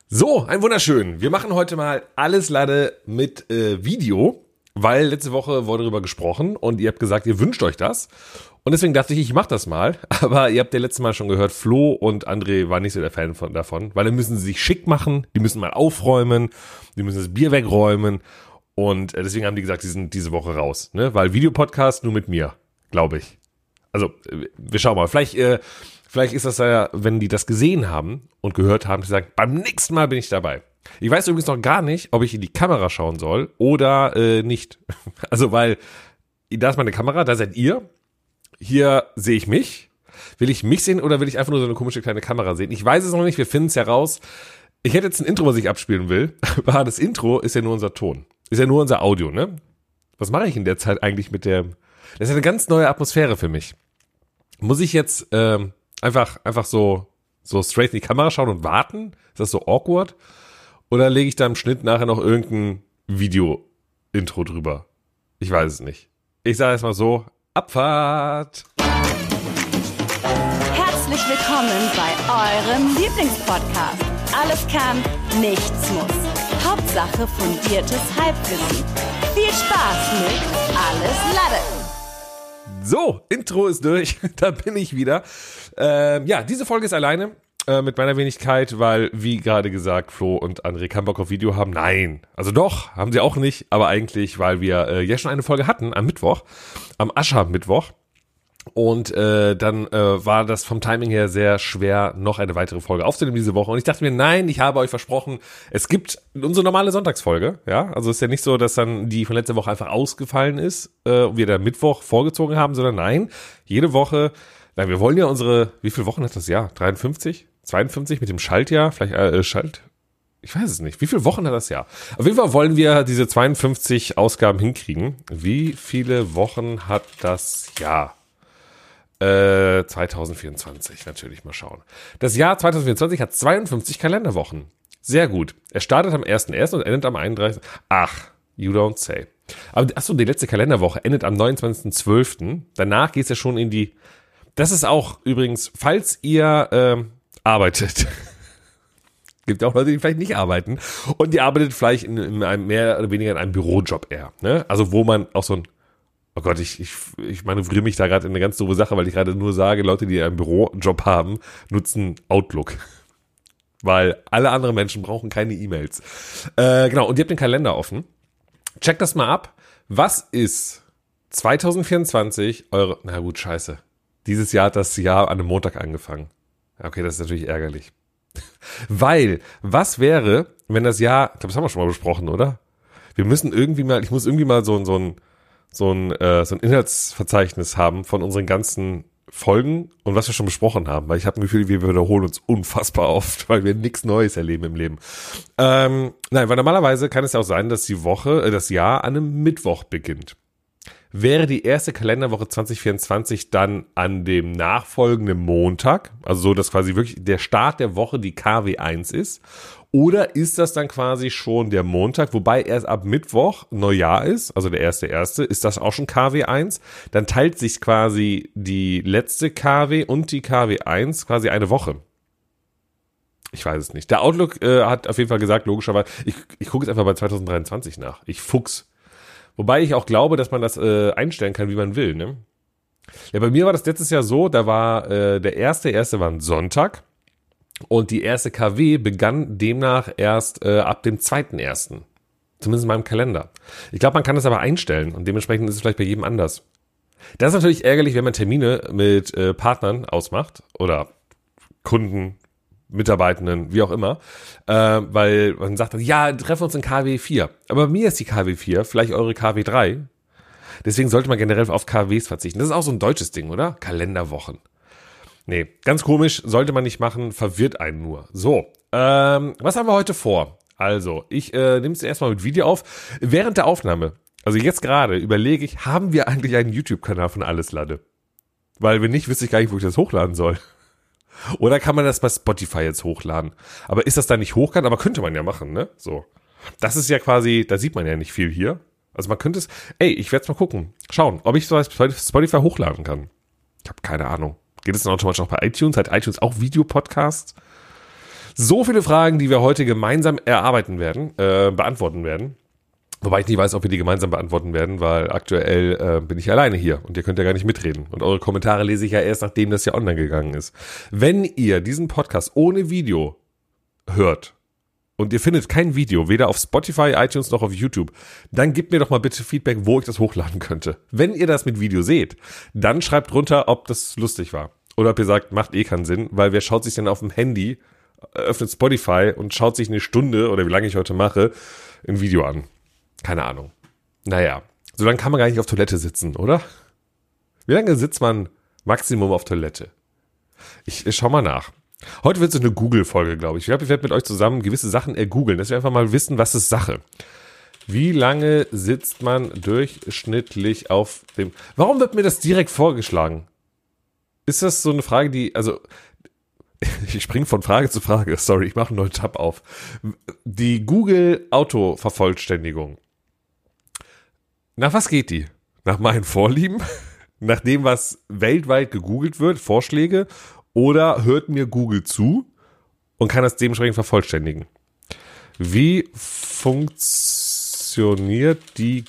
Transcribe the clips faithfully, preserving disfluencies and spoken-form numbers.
So, ein wunderschön. Wir machen heute mal alles Lade mit äh, Video, weil letzte Woche wurde darüber gesprochen und ihr habt gesagt, ihr wünscht euch das. Und deswegen dachte ich, ich mach das mal. Aber ihr habt ja letztes Mal schon gehört, Flo und André waren nicht so der Fan von, davon, weil dann müssen sie sich schick machen, die müssen mal aufräumen, die müssen das Bier wegräumen und äh, deswegen haben die gesagt, die sind diese Woche raus, ne? Weil Videopodcast nur mit mir, glaube ich. Also, äh, wir schauen mal, vielleicht... Äh, Vielleicht ist das ja, wenn die das gesehen haben und gehört haben, die sagen, beim nächsten Mal bin ich dabei. Ich weiß übrigens noch gar nicht, ob ich in die Kamera schauen soll oder äh, nicht. Also, weil, da ist meine Kamera, da seid ihr. Hier sehe ich mich. Will ich mich sehen oder will ich einfach nur so eine komische kleine Kamera sehen? Ich weiß es noch nicht, wir finden es heraus. Ich hätte jetzt ein Intro, was ich abspielen will. Aber das Intro ist ja nur unser Ton. Ist ja nur unser Audio, ne? Was mache ich in der Zeit eigentlich mit der... Das ist eine ganz neue Atmosphäre für mich. Muss ich jetzt... Ähm, Einfach, einfach so, so straight in die Kamera schauen und warten? Ist das so awkward? Oder lege ich da im Schnitt nachher noch irgendein Video-Intro drüber? Ich weiß es nicht. Ich sage erstmal so, Abfahrt! Herzlich willkommen bei eurem Lieblingspodcast. Alles kann, nichts muss. Hauptsache fundiertes Halbwissen. Viel Spaß mit Alles Lade! So, Intro ist durch, da bin ich wieder. Ähm, ja, diese Folge ist alleine äh, mit meiner Wenigkeit, weil, wie gerade gesagt, Flo und André keinen Bock auf Video haben. Nein, also doch, haben sie auch nicht, aber eigentlich, weil wir äh, ja schon eine Folge hatten am Mittwoch, am Aschermittwoch. Und äh, dann äh, war das vom Timing her sehr schwer, noch eine weitere Folge aufzunehmen diese Woche. Und ich dachte mir, nein, ich habe euch versprochen, es gibt unsere normale Sonntagsfolge. Ja, also es ist ja nicht so, dass dann die von letzter Woche einfach ausgefallen ist äh, und wir da Mittwoch vorgezogen haben, sondern nein, jede Woche, nein, wir wollen ja unsere, wie viele Wochen hat das Jahr? dreiundfünfzig? zweiundfünfzig mit dem Schaltjahr? Vielleicht äh, Schalt... Ich weiß es nicht. Wie viele Wochen hat das Jahr? Auf jeden Fall wollen wir diese zweiundfünfzig Ausgaben hinkriegen. Wie viele Wochen hat das Jahr? Äh, zwanzig vierundzwanzig, natürlich mal schauen. Das Jahr zwanzig vierundzwanzig hat zweiundfünfzig Kalenderwochen. Sehr gut. Er startet am ersten ersten und endet am einunddreißigsten Ach, you don't say. Aber achso, die letzte Kalenderwoche endet am neunundzwanzigsten zwölften Danach geht's ja schon in die... Das ist auch übrigens, falls ihr ähm, arbeitet... Gibt auch Leute, die vielleicht nicht arbeiten. Und die arbeitet vielleicht in, in einem mehr oder weniger in einem Bürojob eher. Ne? Also wo man auch so ein... Oh Gott, ich, ich, ich manövriere mich da gerade in eine ganz doofe Sache, weil ich gerade nur sage, Leute, die einen Bürojob haben, nutzen Outlook. Weil alle anderen Menschen brauchen keine E-Mails. Äh, genau, und ihr habt den Kalender offen. Checkt das mal ab. Was ist zwanzig vierundzwanzig eure... Na gut, scheiße. Dieses Jahr hat das Jahr an einem Montag angefangen. Okay, das ist natürlich ärgerlich. Weil, was wäre, wenn das Jahr... Ich glaube, das haben wir schon mal besprochen, oder? Wir müssen irgendwie mal... Ich muss irgendwie mal so, so ein... so ein, äh, so ein Inhaltsverzeichnis haben von unseren ganzen Folgen und was wir schon besprochen haben, weil ich habe ein Gefühl, wir wiederholen uns unfassbar oft, weil wir nichts Neues erleben im Leben. Ähm, nein, weil normalerweise kann es ja auch sein, dass die Woche, äh, das Jahr an einem Mittwoch beginnt. Wäre die erste Kalenderwoche zwanzig vierundzwanzig dann an dem nachfolgenden Montag, also so, dass quasi wirklich der Start der Woche die K W eins ist, oder ist das dann quasi schon der Montag, wobei erst ab Mittwoch Neujahr ist, also der erste erste, ist das auch schon K W eins, dann teilt sich quasi die letzte K W und die K W eins quasi eine Woche. Ich weiß es nicht. Der Outlook äh, hat auf jeden Fall gesagt, logischerweise, ich, ich gucke jetzt einfach bei zwanzig dreiundzwanzig nach. Ich fuchs. Wobei ich auch glaube, dass man das äh, einstellen kann, wie man will, ne? Ja, bei mir war das letztes Jahr so, da war äh, der erste, erste war ein Sonntag und die erste K W begann demnach erst äh, ab dem zweiten ersten Zumindest in meinem Kalender. Ich glaube, man kann das aber einstellen und dementsprechend ist es vielleicht bei jedem anders. Das ist natürlich ärgerlich, wenn man Termine mit äh, Partnern ausmacht oder Kunden, Mitarbeitenden, wie auch immer, äh, weil man sagt dann, ja, treffen wir uns in K W vier. Aber bei mir ist die K W vier, vielleicht eure K W drei. Deswegen sollte man generell auf K Ws verzichten. Das ist auch so ein deutsches Ding, oder? Kalenderwochen. Nee, ganz komisch, sollte man nicht machen, verwirrt einen nur. So, ähm, was haben wir heute vor? Also, ich äh, nehme es erstmal mit Video auf. Während der Aufnahme, also jetzt gerade, überlege ich, haben wir eigentlich einen YouTube-Kanal von Alles Lade? Weil wenn nicht, wüsste ich gar nicht, wo ich das hochladen soll. Oder kann man das bei Spotify jetzt hochladen? Aber ist das da nicht hochkant? Aber könnte man ja machen, ne? So. Das ist ja quasi, da sieht man ja nicht viel hier. Also man könnte es, ey, ich werde es mal gucken. Schauen, ob ich so bei Spotify hochladen kann. Ich habe keine Ahnung. Geht es dann automatisch auch bei iTunes? Hat iTunes auch Videopodcasts? So viele Fragen, die wir heute gemeinsam erarbeiten werden, äh, beantworten werden. Wobei ich nicht weiß, ob wir die gemeinsam beantworten werden, weil aktuell äh, bin ich alleine hier und ihr könnt ja gar nicht mitreden. Und eure Kommentare lese ich ja erst, nachdem das ja online gegangen ist. Wenn ihr diesen Podcast ohne Video hört und ihr findet kein Video, weder auf Spotify, iTunes noch auf YouTube, dann gebt mir doch mal bitte Feedback, wo ich das hochladen könnte. Wenn ihr das mit Video seht, dann schreibt drunter, ob das lustig war. Oder ob ihr sagt, macht eh keinen Sinn, weil wer schaut sich denn auf dem Handy, öffnet Spotify und schaut sich eine Stunde oder wie lange ich heute mache, ein Video an. Keine Ahnung. Naja, so lange kann man gar nicht auf Toilette sitzen, oder? Wie lange sitzt man Maximum auf Toilette? Ich, ich schau mal nach. Heute wird es eine Google-Folge, glaube ich. Ich glaube, ich werde mit euch zusammen gewisse Sachen ergoogeln, dass wir einfach mal wissen, was ist Sache. Wie lange sitzt man durchschnittlich auf dem... Warum wird mir das direkt vorgeschlagen? Ist das so eine Frage, die... Also, ich springe von Frage zu Frage. Sorry, ich mache einen neuen Tab auf. Die Google-Auto-Vervollständigung. Nach was geht die? Nach meinen Vorlieben? Nach dem, was weltweit gegoogelt wird? Vorschläge? Oder hört mir Google zu und kann das dementsprechend vervollständigen? Wie funktioniert die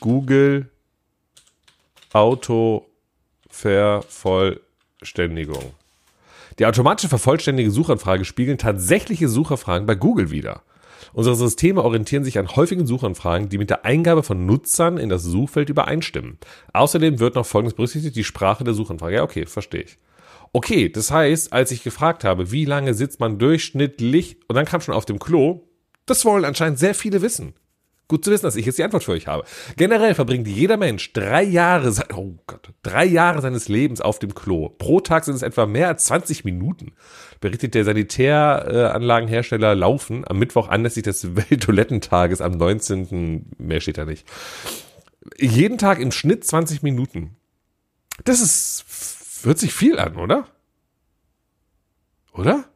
Google-Auto-Vervollständigung? Die automatische vervollständige Suchanfrage spiegeln tatsächliche Suchanfragen bei Google wider. Unsere Systeme orientieren sich an häufigen Suchanfragen, die mit der Eingabe von Nutzern in das Suchfeld übereinstimmen. Außerdem wird noch Folgendes berücksichtigt, die Sprache der Suchanfrage. Ja, okay, verstehe ich. Okay, das heißt, als ich gefragt habe, wie lange sitzt man durchschnittlich, und dann kam schon auf dem Klo, das wollen anscheinend sehr viele wissen. Gut zu wissen, dass ich jetzt die Antwort für euch habe. Generell verbringt jeder Mensch drei Jahre, oh Gott, drei Jahre seines Lebens auf dem Klo. Pro Tag sind es etwa mehr als zwanzig Minuten. Berichtet der Sanitäranlagenhersteller Laufen am Mittwoch anlässlich des Welttoilettentages am neunzehnten Mehr steht da nicht. Jeden Tag im Schnitt zwanzig Minuten. Das ist, hört sich viel an, oder? Oder?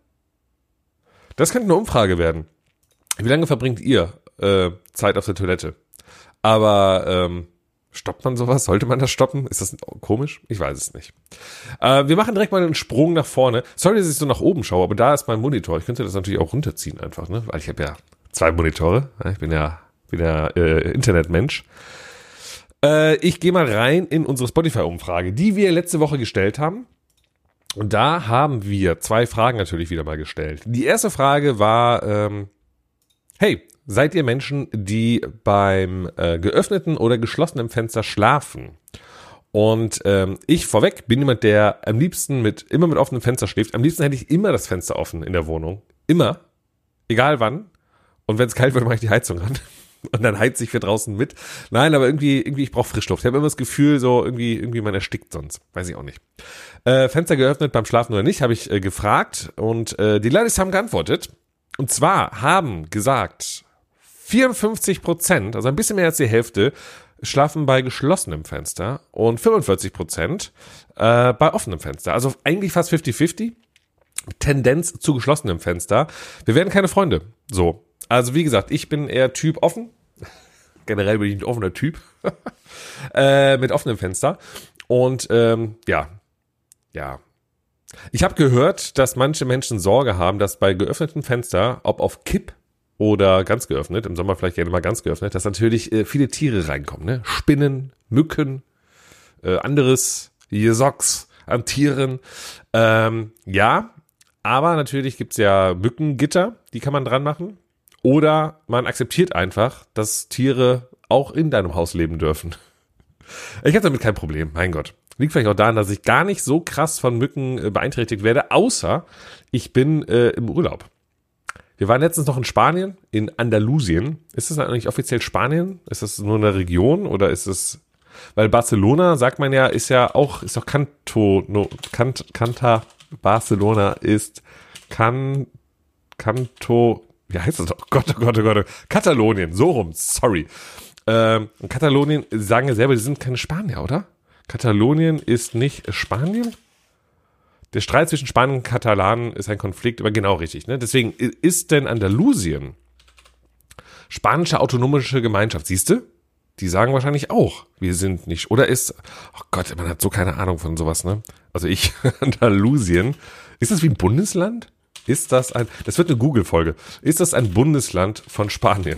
Das könnte eine Umfrage werden. Wie lange verbringt ihr äh, Zeit auf der Toilette? Aber ähm, stoppt man sowas? Sollte man das stoppen? Ist das komisch? Ich weiß es nicht. Äh, wir machen direkt mal einen Sprung nach vorne. Sorry, dass ich so nach oben schaue, aber da ist mein Monitor. Ich könnte das natürlich auch runterziehen einfach, ne? Weil ich habe ja zwei Monitore. Ich bin ja, bin ja äh, Internetmensch. Äh, ich gehe mal rein in unsere Spotify-Umfrage, die wir letzte Woche gestellt haben. Und da haben wir zwei Fragen natürlich wieder mal gestellt. Die erste Frage war, ähm, hey, seid ihr Menschen, die beim äh, geöffneten oder geschlossenen Fenster schlafen? Und ähm, ich vorweg bin jemand, der am liebsten mit immer mit offenem Fenster schläft. Am liebsten hätte ich immer das Fenster offen in der Wohnung. Immer. Egal wann. Und wenn es kalt wird, mache ich die Heizung an. Und dann heizt ich für draußen mit. Nein, aber irgendwie, irgendwie ich brauche Frischluft. Ich habe immer das Gefühl, so irgendwie, irgendwie man erstickt sonst. Weiß ich auch nicht. Äh, Fenster geöffnet beim Schlafen oder nicht, habe ich äh, gefragt. Und äh, die Ladies haben geantwortet. Und zwar haben gesagt, vierundfünfzig Prozent, also ein bisschen mehr als die Hälfte, schlafen bei geschlossenem Fenster und fünfundvierzig Prozent äh, bei offenem Fenster. Also eigentlich fast fünfzig fünfzig. Tendenz zu geschlossenem Fenster. Wir werden keine Freunde. So. Also wie gesagt, ich bin eher Typ offen. Generell bin ich ein offener Typ. äh, mit offenem Fenster. Und ähm, ja, ja. Ich habe gehört, dass manche Menschen Sorge haben, dass bei geöffnetem Fenster, ob auf Kipp oder ganz geöffnet, im Sommer vielleicht gerne mal ganz geöffnet, dass natürlich äh, viele Tiere reinkommen. Ne? Spinnen, Mücken, äh, anderes Gesocks an Tieren. Ähm, ja, aber natürlich gibt's ja Mückengitter, die kann man dran machen. Oder man akzeptiert einfach, dass Tiere auch in deinem Haus leben dürfen. Ich habe damit kein Problem, mein Gott. Liegt vielleicht auch daran, dass ich gar nicht so krass von Mücken äh, beeinträchtigt werde, außer ich bin äh, im Urlaub. Wir waren letztens noch in Spanien, in Andalusien. Ist das eigentlich offiziell Spanien? Ist das nur eine Region oder ist es... Weil Barcelona, sagt man ja, ist ja auch, ist doch Canto, no, Cant, Canta, Barcelona ist Can, Canto... Wie heißt das? Oh Gott, oh Gott, oh Gott. Katalonien, so rum, sorry. Ähm, Katalonien sagen ja selber, die sind keine Spanier, oder? Katalonien ist nicht Spanien? Der Streit zwischen Spanien und Katalanen ist ein Konflikt, aber genau richtig, ne? Deswegen ist denn Andalusien spanische autonomische Gemeinschaft, siehst du? Die sagen wahrscheinlich auch, wir sind nicht, oder ist, oh Gott, man hat so keine Ahnung von sowas, ne? Also ich, Andalusien, ist das wie ein Bundesland? Ist das ein, das wird eine Google-Folge, ist das ein Bundesland von Spanien?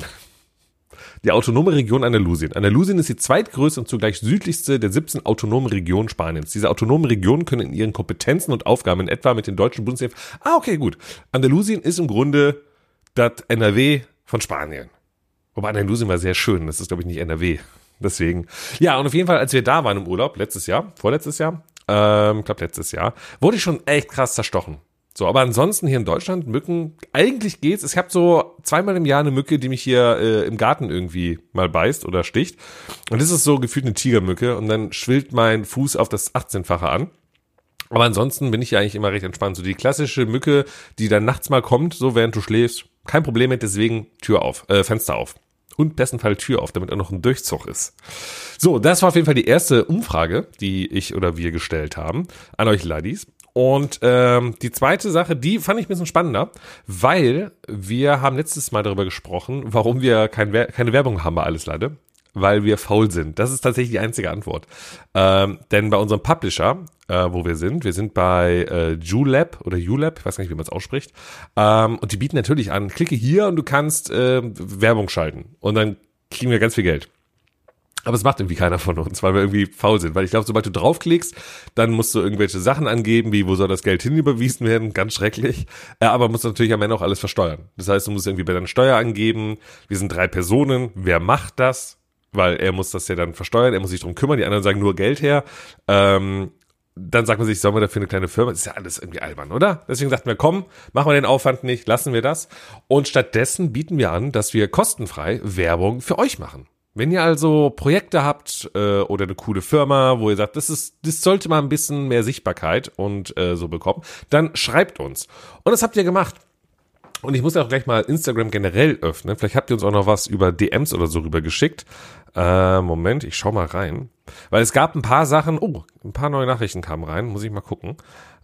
Die autonome Region Andalusien. Andalusien ist die zweitgrößte und zugleich südlichste der siebzehn autonomen Regionen Spaniens. Diese autonomen Regionen können in ihren Kompetenzen und Aufgaben in etwa mit den deutschen Bundesländern... Ah, okay, gut. Andalusien ist im Grunde das N R W von Spanien. Wobei Andalusien war sehr schön, das ist, glaube ich, nicht N R W. Deswegen. Ja, und auf jeden Fall, als wir da waren im Urlaub, letztes Jahr, vorletztes Jahr, ähm, ich glaube letztes Jahr, wurde ich schon echt krass zerstochen. So, aber ansonsten hier in Deutschland, Mücken, eigentlich geht's. Ich habe so zweimal im Jahr eine Mücke, die mich hier äh, im Garten irgendwie mal beißt oder sticht. Und das ist so gefühlt eine Tigermücke und dann schwillt mein Fuß auf das achtzehnfache an. Aber ansonsten bin ich ja eigentlich immer recht entspannt. So die klassische Mücke, die dann nachts mal kommt, so während du schläfst, kein Problem mit, deswegen Tür auf, äh, Fenster auf. Und im besten Fall Tür auf, damit auch noch ein Durchzug ist. So, das war auf jeden Fall die erste Umfrage, die ich oder wir gestellt haben an euch Ladies. Und ähm, die zweite Sache, die fand ich ein bisschen spannender, weil wir haben letztes Mal darüber gesprochen, warum wir kein, keine Werbung haben bei Alles Lade, weil wir faul sind. Das ist tatsächlich die einzige Antwort. Ähm, denn bei unserem Publisher, äh, wo wir sind, wir sind bei äh, Julep oder Julep, ich weiß gar nicht, wie man es ausspricht, ähm, und die bieten natürlich an, klicke hier und du kannst äh, Werbung schalten und dann kriegen wir ganz viel Geld. Aber es macht irgendwie keiner von uns, weil wir irgendwie faul sind. Weil ich glaube, sobald du draufklickst, dann musst du irgendwelche Sachen angeben, wie wo soll das Geld hinüberwiesen werden, ganz schrecklich. Äh, aber musst du natürlich am Ende auch alles versteuern. Das heißt, du musst irgendwie bei deiner Steuer angeben, wir sind drei Personen, wer macht das? Weil er muss das ja dann versteuern, er muss sich drum kümmern, die anderen sagen nur Geld her. Ähm, dann sagt man sich, sollen wir dafür eine kleine Firma? Das ist ja alles irgendwie albern, oder? Deswegen sagten wir, komm, machen wir den Aufwand nicht, lassen wir das. Und stattdessen bieten wir an, dass wir kostenfrei Werbung für euch machen. Wenn ihr also Projekte habt äh, oder eine coole Firma, wo ihr sagt, das ist, das sollte mal ein bisschen mehr Sichtbarkeit und äh, so bekommen, dann schreibt uns. Und das habt ihr gemacht. Und ich muss ja auch gleich mal Instagram generell öffnen. Vielleicht habt ihr uns auch noch was über D Ms oder so rüber geschickt. Äh, Moment, ich schau mal rein. Weil es gab ein paar Sachen, oh, ein paar neue Nachrichten kamen rein, muss ich mal gucken.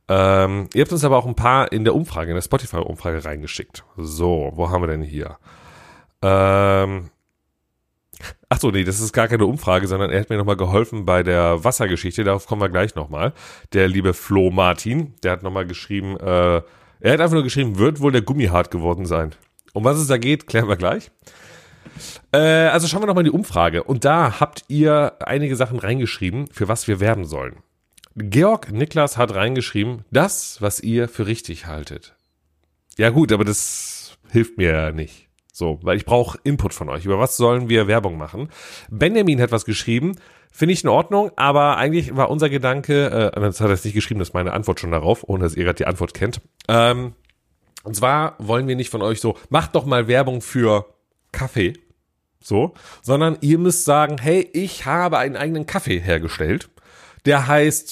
Ähm, ihr habt uns aber auch ein paar in der Umfrage, in der Spotify-Umfrage reingeschickt. So, wo haben wir denn hier? Ähm... Ach so, nee, das ist gar keine Umfrage, sondern er hat mir nochmal geholfen bei der Wassergeschichte, darauf kommen wir gleich nochmal. Der liebe Flo Martin, der hat nochmal geschrieben, äh, er hat einfach nur geschrieben, wird wohl der Gummi hart geworden sein. Um was es da geht, klären wir gleich. Äh, also schauen wir nochmal in die Umfrage. Und da habt ihr einige Sachen reingeschrieben, für was wir werben sollen. Georg Niklas hat reingeschrieben, das, was ihr für richtig haltet. Ja gut, aber das hilft mir ja nicht. So, weil ich brauche Input von euch. Über was sollen wir Werbung machen? Benjamin hat was geschrieben, finde ich in Ordnung, aber eigentlich war unser Gedanke, äh, das hat er jetzt nicht geschrieben, das ist meine Antwort schon darauf, ohne dass ihr gerade die Antwort kennt. Ähm, und zwar wollen wir nicht von euch so, macht doch mal Werbung für Kaffee, so, sondern ihr müsst sagen, hey, ich habe einen eigenen Kaffee hergestellt, der heißt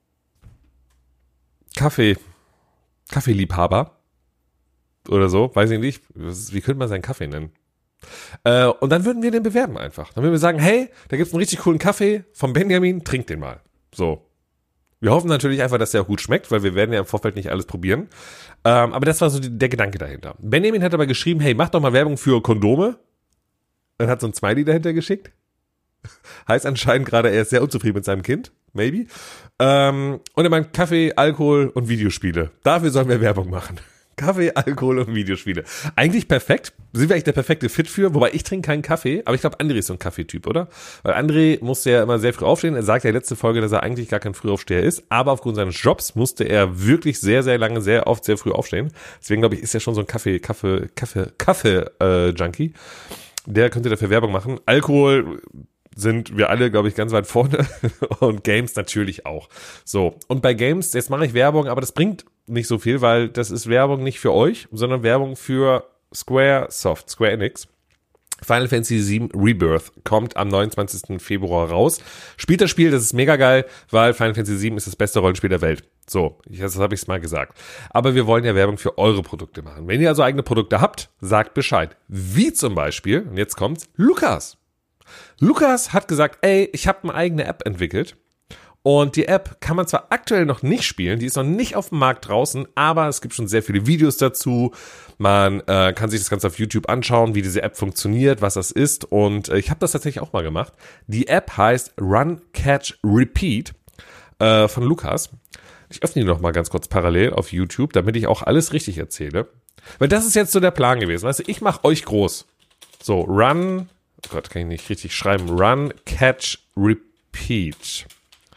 Kaffee, Kaffeeliebhaber. Oder so, weiß ich nicht. Wie könnte man seinen Kaffee nennen? Äh, und dann würden wir den bewerben einfach. Dann würden wir sagen, hey, da gibt's einen richtig coolen Kaffee von Benjamin, trink den mal. So. Wir hoffen natürlich einfach, dass der auch gut schmeckt, weil wir werden ja im Vorfeld nicht alles probieren. Ähm, aber das war so die, der Gedanke dahinter. Benjamin hat aber geschrieben, hey, mach doch mal Werbung für Kondome. Dann hat so ein Smiley dahinter geschickt. Heißt anscheinend gerade, er ist sehr unzufrieden mit seinem Kind. Maybe. Ähm, und er meint Kaffee, Alkohol und Videospiele. Dafür sollen wir Werbung machen. Kaffee, Alkohol und Videospiele. Eigentlich perfekt. Sind wir eigentlich der perfekte Fit für? Wobei ich trinke keinen Kaffee, aber ich glaube, André ist so ein Kaffeetyp, oder? Weil André musste ja immer sehr früh aufstehen. Er sagt ja in der letzten Folge, dass er eigentlich gar kein Frühaufsteher ist, aber aufgrund seines Jobs musste er wirklich sehr, sehr lange, sehr oft, sehr früh aufstehen. Deswegen glaube ich, ist er schon so ein Kaffee, Kaffee, Kaffee, Kaffee-Junkie. Äh, Der könnte dafür Werbung machen. Alkohol sind wir alle, glaube ich, ganz weit vorne und Games natürlich auch. So, und bei Games, jetzt mache ich Werbung, aber das bringt nicht so viel, weil das ist Werbung nicht für euch, sondern Werbung für Square Soft, Square Enix. Final Fantasy sieben Rebirth kommt am neunundzwanzigsten Februar raus. Spielt das Spiel, das ist mega geil, weil Final Fantasy sieben ist das beste Rollenspiel der Welt. So, das habe ich mal gesagt. Aber wir wollen ja Werbung für eure Produkte machen. Wenn ihr also eigene Produkte habt, sagt Bescheid. Wie zum Beispiel, und jetzt kommt's, Lukas. Lukas hat gesagt, ey, ich habe eine eigene App entwickelt und die App kann man zwar aktuell noch nicht spielen, die ist noch nicht auf dem Markt draußen, aber es gibt schon sehr viele Videos dazu. Man äh, kann sich das Ganze auf YouTube anschauen, wie diese App funktioniert, was das ist und äh, ich habe das tatsächlich auch mal gemacht. Die App heißt Run, Catch, Repeat äh, von Lukas. Ich öffne die noch mal ganz kurz parallel auf YouTube, damit ich auch alles richtig erzähle. Weil das ist jetzt so der Plan gewesen. Weißt du, ich mache euch groß. So, run, oh Gott, kann ich nicht richtig schreiben. Run, catch, repeat.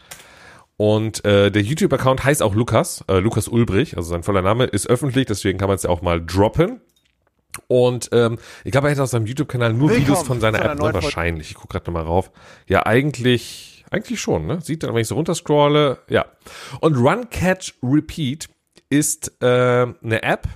Und äh, der YouTube-Account heißt auch Lukas, äh, Lukas Ulbrich, also sein voller Name ist öffentlich, deswegen kann man es ja auch mal droppen. Und ähm, ich glaube, er hat auf seinem YouTube-Kanal nur Willkommen Videos von seiner App, ne? Wahrscheinlich. Ich gucke gerade nochmal rauf. Ja, eigentlich, eigentlich schon, ne? Sieht dann, wenn ich so runterscrolle, ja. Und Run, Catch, Repeat ist äh, eine App,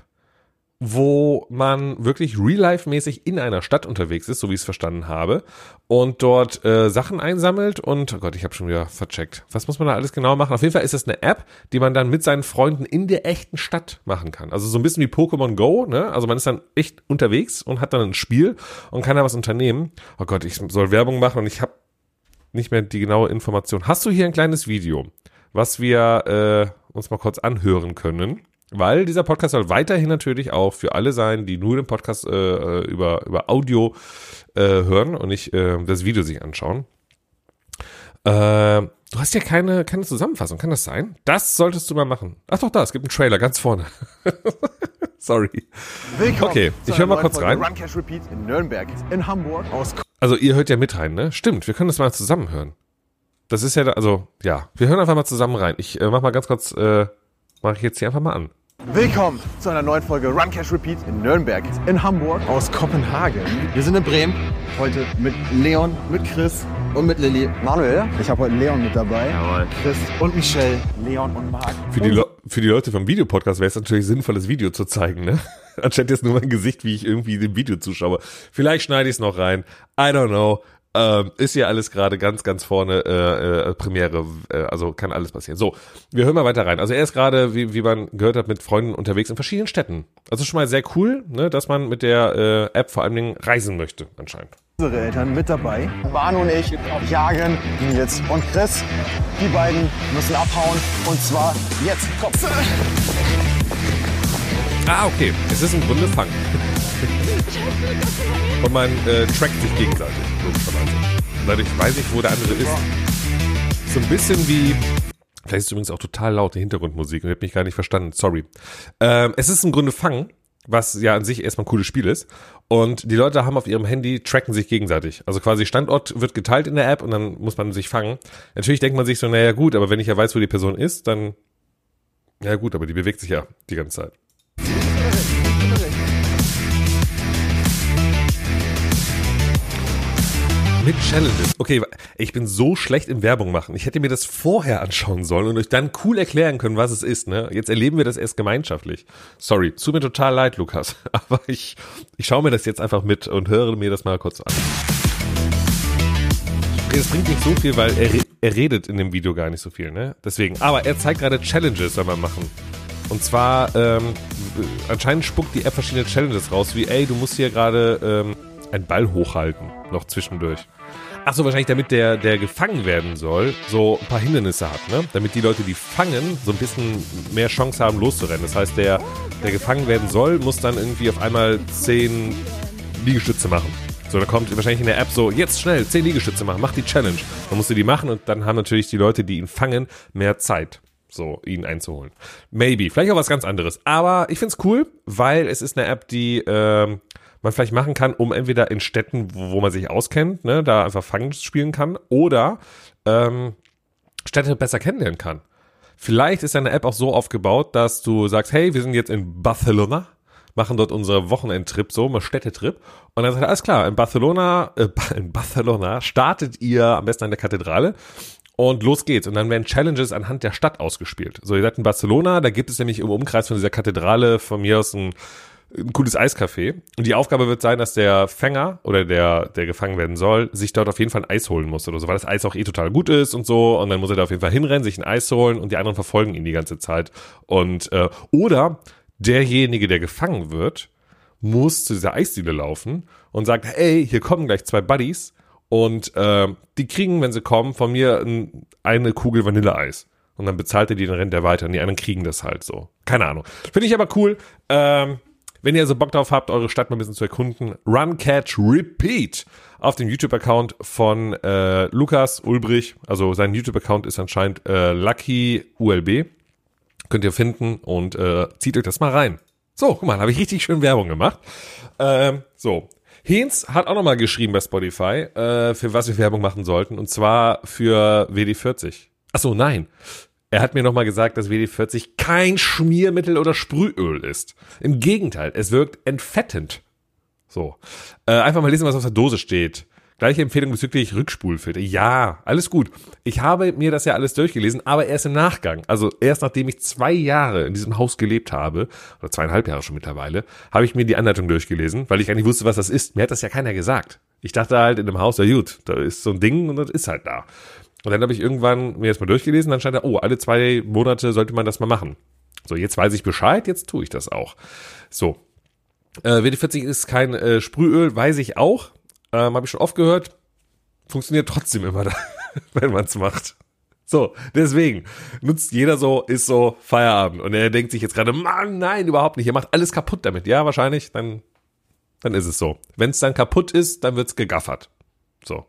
wo man wirklich real-life-mäßig in einer Stadt unterwegs ist, so wie ich es verstanden habe, und dort äh, Sachen einsammelt und, oh Gott, ich habe schon wieder vercheckt. Was muss man da alles genau machen? Auf jeden Fall ist es eine App, die man dann mit seinen Freunden in der echten Stadt machen kann. Also so ein bisschen wie Pokémon Go, ne? Also man ist dann echt unterwegs und hat dann ein Spiel und kann da was unternehmen. Oh Gott, ich soll Werbung machen und ich habe nicht mehr die genaue Information. Hast du hier ein kleines Video, was wir äh, uns mal kurz anhören können? Weil dieser Podcast soll weiterhin natürlich auch für alle sein, die nur den Podcast äh, über über Audio äh, hören und nicht äh, das Video sich anschauen. Äh, du hast ja keine keine Zusammenfassung, kann das sein? Das solltest du mal machen. Ach doch, da, es gibt einen Trailer ganz vorne. Sorry. Willkommen. Okay, ich höre mal kurz rein. Run, Catch, Repeat in Nürnberg, in Hamburg, aus Also ihr hört ja mit rein, ne? Stimmt, wir können das mal zusammen hören. Das ist ja, da, also ja, wir hören einfach mal zusammen rein. Ich äh, mach mal ganz kurz, äh, mache ich jetzt hier einfach mal an. Willkommen zu einer neuen Folge Run, Catch, Repeat in Nürnberg, in Hamburg, aus Kopenhagen. Wir sind in Bremen, heute mit Leon, mit Chris und mit Lilly. Manuel, ich habe heute Leon mit dabei. Jawohl. Chris und Michelle, Leon und Marc. Für die, Le- für die Leute vom Videopodcast wäre es natürlich sinnvoll, das Video zu zeigen, ne? Anstatt jetzt nur mein Gesicht, wie ich irgendwie dem Video zuschaue. Vielleicht schneide ich es noch rein. I don't know. Ähm, ist ja alles gerade ganz, ganz vorne äh, äh, Premiere, äh, also kann alles passieren. So, wir hören mal weiter rein. Also er ist gerade, wie, wie man gehört hat, mit Freunden unterwegs in verschiedenen Städten. Also schon mal sehr cool, ne, dass man mit der äh, App vor allen Dingen reisen möchte, anscheinend. Unsere Eltern mit dabei. Manu und ich jagen Nils und Chris. Die beiden müssen abhauen und zwar jetzt. Komm. Ah, okay. Es ist im Grunde Fang. Und man äh, trackt sich gegenseitig, logischerweise. Und dadurch weiß ich, wo der andere ist. So ein bisschen wie, vielleicht ist es übrigens auch total laute Hintergrundmusik und ich habe mich gar nicht verstanden, sorry. Ähm, es ist im Grunde Fang, was ja an sich erstmal ein cooles Spiel ist. Und die Leute haben auf ihrem Handy, tracken sich gegenseitig. Also quasi Standort wird geteilt in der App und dann muss man sich fangen. Natürlich denkt man sich so, naja gut, aber wenn ich ja weiß, wo die Person ist, dann, ja gut, aber die bewegt sich ja die ganze Zeit. Mit Challenges. Okay, ich bin so schlecht im Werbung machen. Ich hätte mir das vorher anschauen sollen und euch dann cool erklären können, was es ist, ne? Jetzt erleben wir das erst gemeinschaftlich. Sorry, tut mir total leid, Lukas. Aber ich, ich schaue mir das jetzt einfach mit und höre mir das mal kurz an. Das bringt nicht so viel, weil er, er redet in dem Video gar nicht so viel, ne? Deswegen. Aber er zeigt gerade Challenges, soll man machen. Und zwar, ähm, anscheinend spuckt die App verschiedene Challenges raus, wie, ey, du musst hier gerade ähm, einen Ball hochhalten, noch zwischendurch. Ach so, wahrscheinlich damit der, der gefangen werden soll, so ein paar Hindernisse hat, ne? Damit die Leute, die fangen, so ein bisschen mehr Chance haben, loszurennen. Das heißt, der, der gefangen werden soll, muss dann irgendwie auf einmal zehn Liegestütze machen. So, da kommt wahrscheinlich in der App so, jetzt schnell, zehn Liegestütze machen, mach die Challenge. Dann musst du die machen und dann haben natürlich die Leute, die ihn fangen, mehr Zeit, so ihn einzuholen. Maybe, vielleicht auch was ganz anderes. Aber ich find's cool, weil es ist eine App, die ähm, man vielleicht machen kann, um entweder in Städten, wo, wo man sich auskennt, ne, da einfach Fangen spielen kann, oder ähm, Städte besser kennenlernen kann. Vielleicht ist eine App auch so aufgebaut, dass du sagst, hey, wir sind jetzt in Barcelona, machen dort unsere Wochenendtrip, so, mal Städtetrip. Und dann sagt er, alles klar, in Barcelona, äh, in Barcelona startet ihr am besten an der Kathedrale und los geht's. Und dann werden Challenges anhand der Stadt ausgespielt. So, ihr seid in Barcelona, da gibt es nämlich im Umkreis von dieser Kathedrale von mir aus ein ein cooles Eiscafé. Und die Aufgabe wird sein, dass der Fänger oder der, der gefangen werden soll, sich dort auf jeden Fall ein Eis holen muss oder so, weil das Eis auch eh total gut ist und so. Und dann muss er da auf jeden Fall hinrennen, sich ein Eis holen und die anderen verfolgen ihn die ganze Zeit. Und, äh, oder derjenige, der gefangen wird, muss zu dieser Eisdiele laufen und sagt, hey, hier kommen gleich zwei Buddies und, äh, die kriegen, wenn sie kommen, von mir ein, eine Kugel Vanilleeis. Und dann bezahlt er die, dann rennt er weiter und die anderen kriegen das halt so. Keine Ahnung. Finde ich aber cool. Ähm, Wenn ihr also Bock drauf habt, eure Stadt mal ein bisschen zu erkunden, Run, Catch, Repeat auf dem YouTube-Account von äh, Lukas Ulbrich. Also sein YouTube-Account ist anscheinend äh, Lucky U L B. Könnt ihr finden und äh, zieht euch das mal rein. So, guck mal, habe ich richtig schön Werbung gemacht. Ähm, so, Hens hat auch nochmal geschrieben bei Spotify, äh, für was wir Werbung machen sollten. Und zwar für W D vierzig. Achso, nein. Er hat mir nochmal gesagt, dass W D vierzig kein Schmiermittel oder Sprühöl ist. Im Gegenteil, es wirkt entfettend. So, äh, einfach mal lesen, was auf der Dose steht. Gleiche Empfehlung bezüglich Rückspulfilter. Ja, alles gut. Ich habe mir das ja alles durchgelesen, aber erst im Nachgang. Also erst nachdem ich zwei Jahre in diesem Haus gelebt habe, oder zweieinhalb Jahre schon mittlerweile, habe ich mir die Anleitung durchgelesen, weil ich gar nicht wusste, was das ist. Mir hat das ja keiner gesagt. Ich dachte halt in dem Haus, ja gut, da ist so ein Ding und das ist halt da. Und dann habe ich irgendwann mir das mal durchgelesen, dann stand da, oh, alle zwei Monate sollte man das mal machen. So, jetzt weiß ich Bescheid, jetzt tue ich das auch. So, äh, W D vierzig ist kein äh, Sprühöl, weiß ich auch. Ähm, habe ich schon oft gehört, funktioniert trotzdem immer, da, wenn man es macht. So, deswegen nutzt jeder so, ist so Feierabend. Und er denkt sich jetzt gerade, Mann, nein, überhaupt nicht, ihr macht alles kaputt damit. Ja, wahrscheinlich, dann, dann ist es so. Wenn es dann kaputt ist, dann wird's gegaffert. So.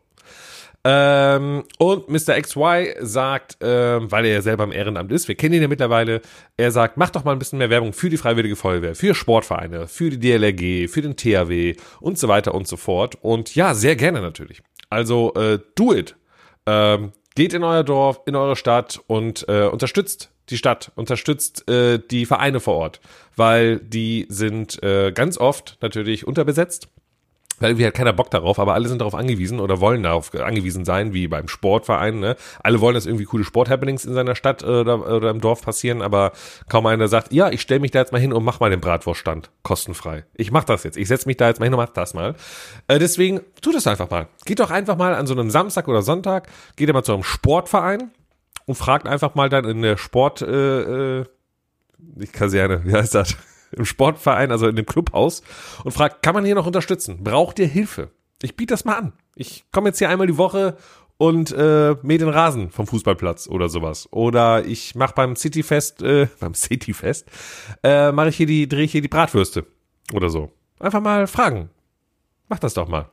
Ähm, und Mister X Y sagt, ähm, weil er ja selber im Ehrenamt ist, wir kennen ihn ja mittlerweile, er sagt, mach doch mal ein bisschen mehr Werbung für die Freiwillige Feuerwehr, für Sportvereine, für die D L R G, für den T H W und so weiter und so fort. Und ja, sehr gerne natürlich. Also, äh, do it. Ähm, geht in euer Dorf, in eure Stadt und äh, unterstützt die Stadt, unterstützt äh, die Vereine vor Ort, weil die sind äh, ganz oft natürlich unterbesetzt. Weil irgendwie hat keiner Bock darauf, aber alle sind darauf angewiesen oder wollen darauf angewiesen sein, wie beim Sportverein. Ne? Alle wollen, dass irgendwie coole Sporthappenings in seiner Stadt oder, oder im Dorf passieren, aber kaum einer sagt, ja, ich stelle mich da jetzt mal hin und mach mal den Bratwurststand kostenfrei. Ich mach das jetzt. Ich setze mich da jetzt mal hin und mach das mal. Äh, deswegen, tut das einfach mal. Geht doch einfach mal an so einem Samstag oder Sonntag, geht ihr mal zu einem Sportverein und fragt einfach mal dann in der Sport, äh, äh, nicht Kaserne, wie heißt das? Im Sportverein, also in dem Clubhaus und fragt, kann man hier noch unterstützen? Braucht ihr Hilfe? Ich biete das mal an. Ich komme jetzt hier einmal die Woche und äh, mähe den Rasen vom Fußballplatz oder sowas. Oder ich mache beim Cityfest, äh, beim Cityfest, äh, mache ich hier die, drehe ich hier die Bratwürste oder so. Einfach mal fragen. Macht das doch mal.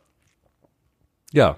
Ja.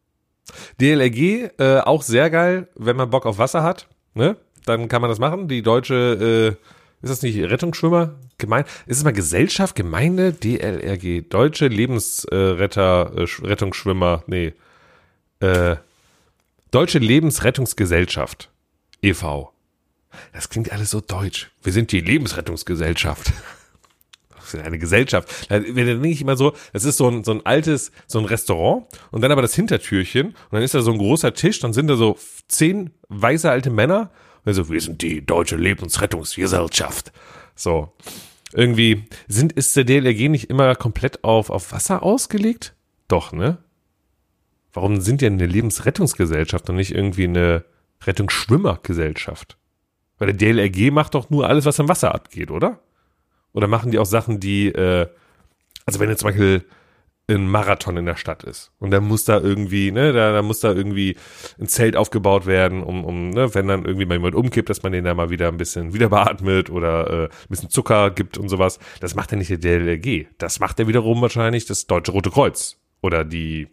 D L R G, äh, auch sehr geil, wenn man Bock auf Wasser hat, ne? Dann kann man das machen. Die deutsche, äh, ist das nicht Rettungsschwimmer? Gemein, ist es mal Gesellschaft, Gemeinde, D L R G, Deutsche Lebensretter, äh, Rettungsschwimmer, nee, äh, Deutsche Lebensrettungsgesellschaft, e V. Das klingt alles so deutsch. Wir sind die Lebensrettungsgesellschaft. Das ist eine Gesellschaft. Wenn der nicht immer so, das ist so ein, so ein altes, so ein Restaurant und dann aber das Hintertürchen und dann ist da so ein großer Tisch, dann sind da so zehn weiße alte Männer. Also, wir sind die Deutsche Lebensrettungsgesellschaft. So. Irgendwie sind, ist der D L R G nicht immer komplett auf, auf Wasser ausgelegt? Doch, ne? Warum sind die eine Lebensrettungsgesellschaft und nicht irgendwie eine Rettungsschwimmergesellschaft? Weil der D L R G macht doch nur alles, was im Wasser abgeht, oder? Oder machen die auch Sachen, die, äh, also wenn jetzt zum Beispiel ein Marathon in der Stadt ist und dann muss da irgendwie, ne, da, da muss da irgendwie ein Zelt aufgebaut werden, um, um, ne, wenn dann irgendwie mal jemand umkippt, dass man den da mal wieder ein bisschen wieder beatmet oder äh, ein bisschen Zucker gibt und sowas. Das macht ja nicht der D L R G. Das macht ja wiederum wahrscheinlich das Deutsche Rote Kreuz oder die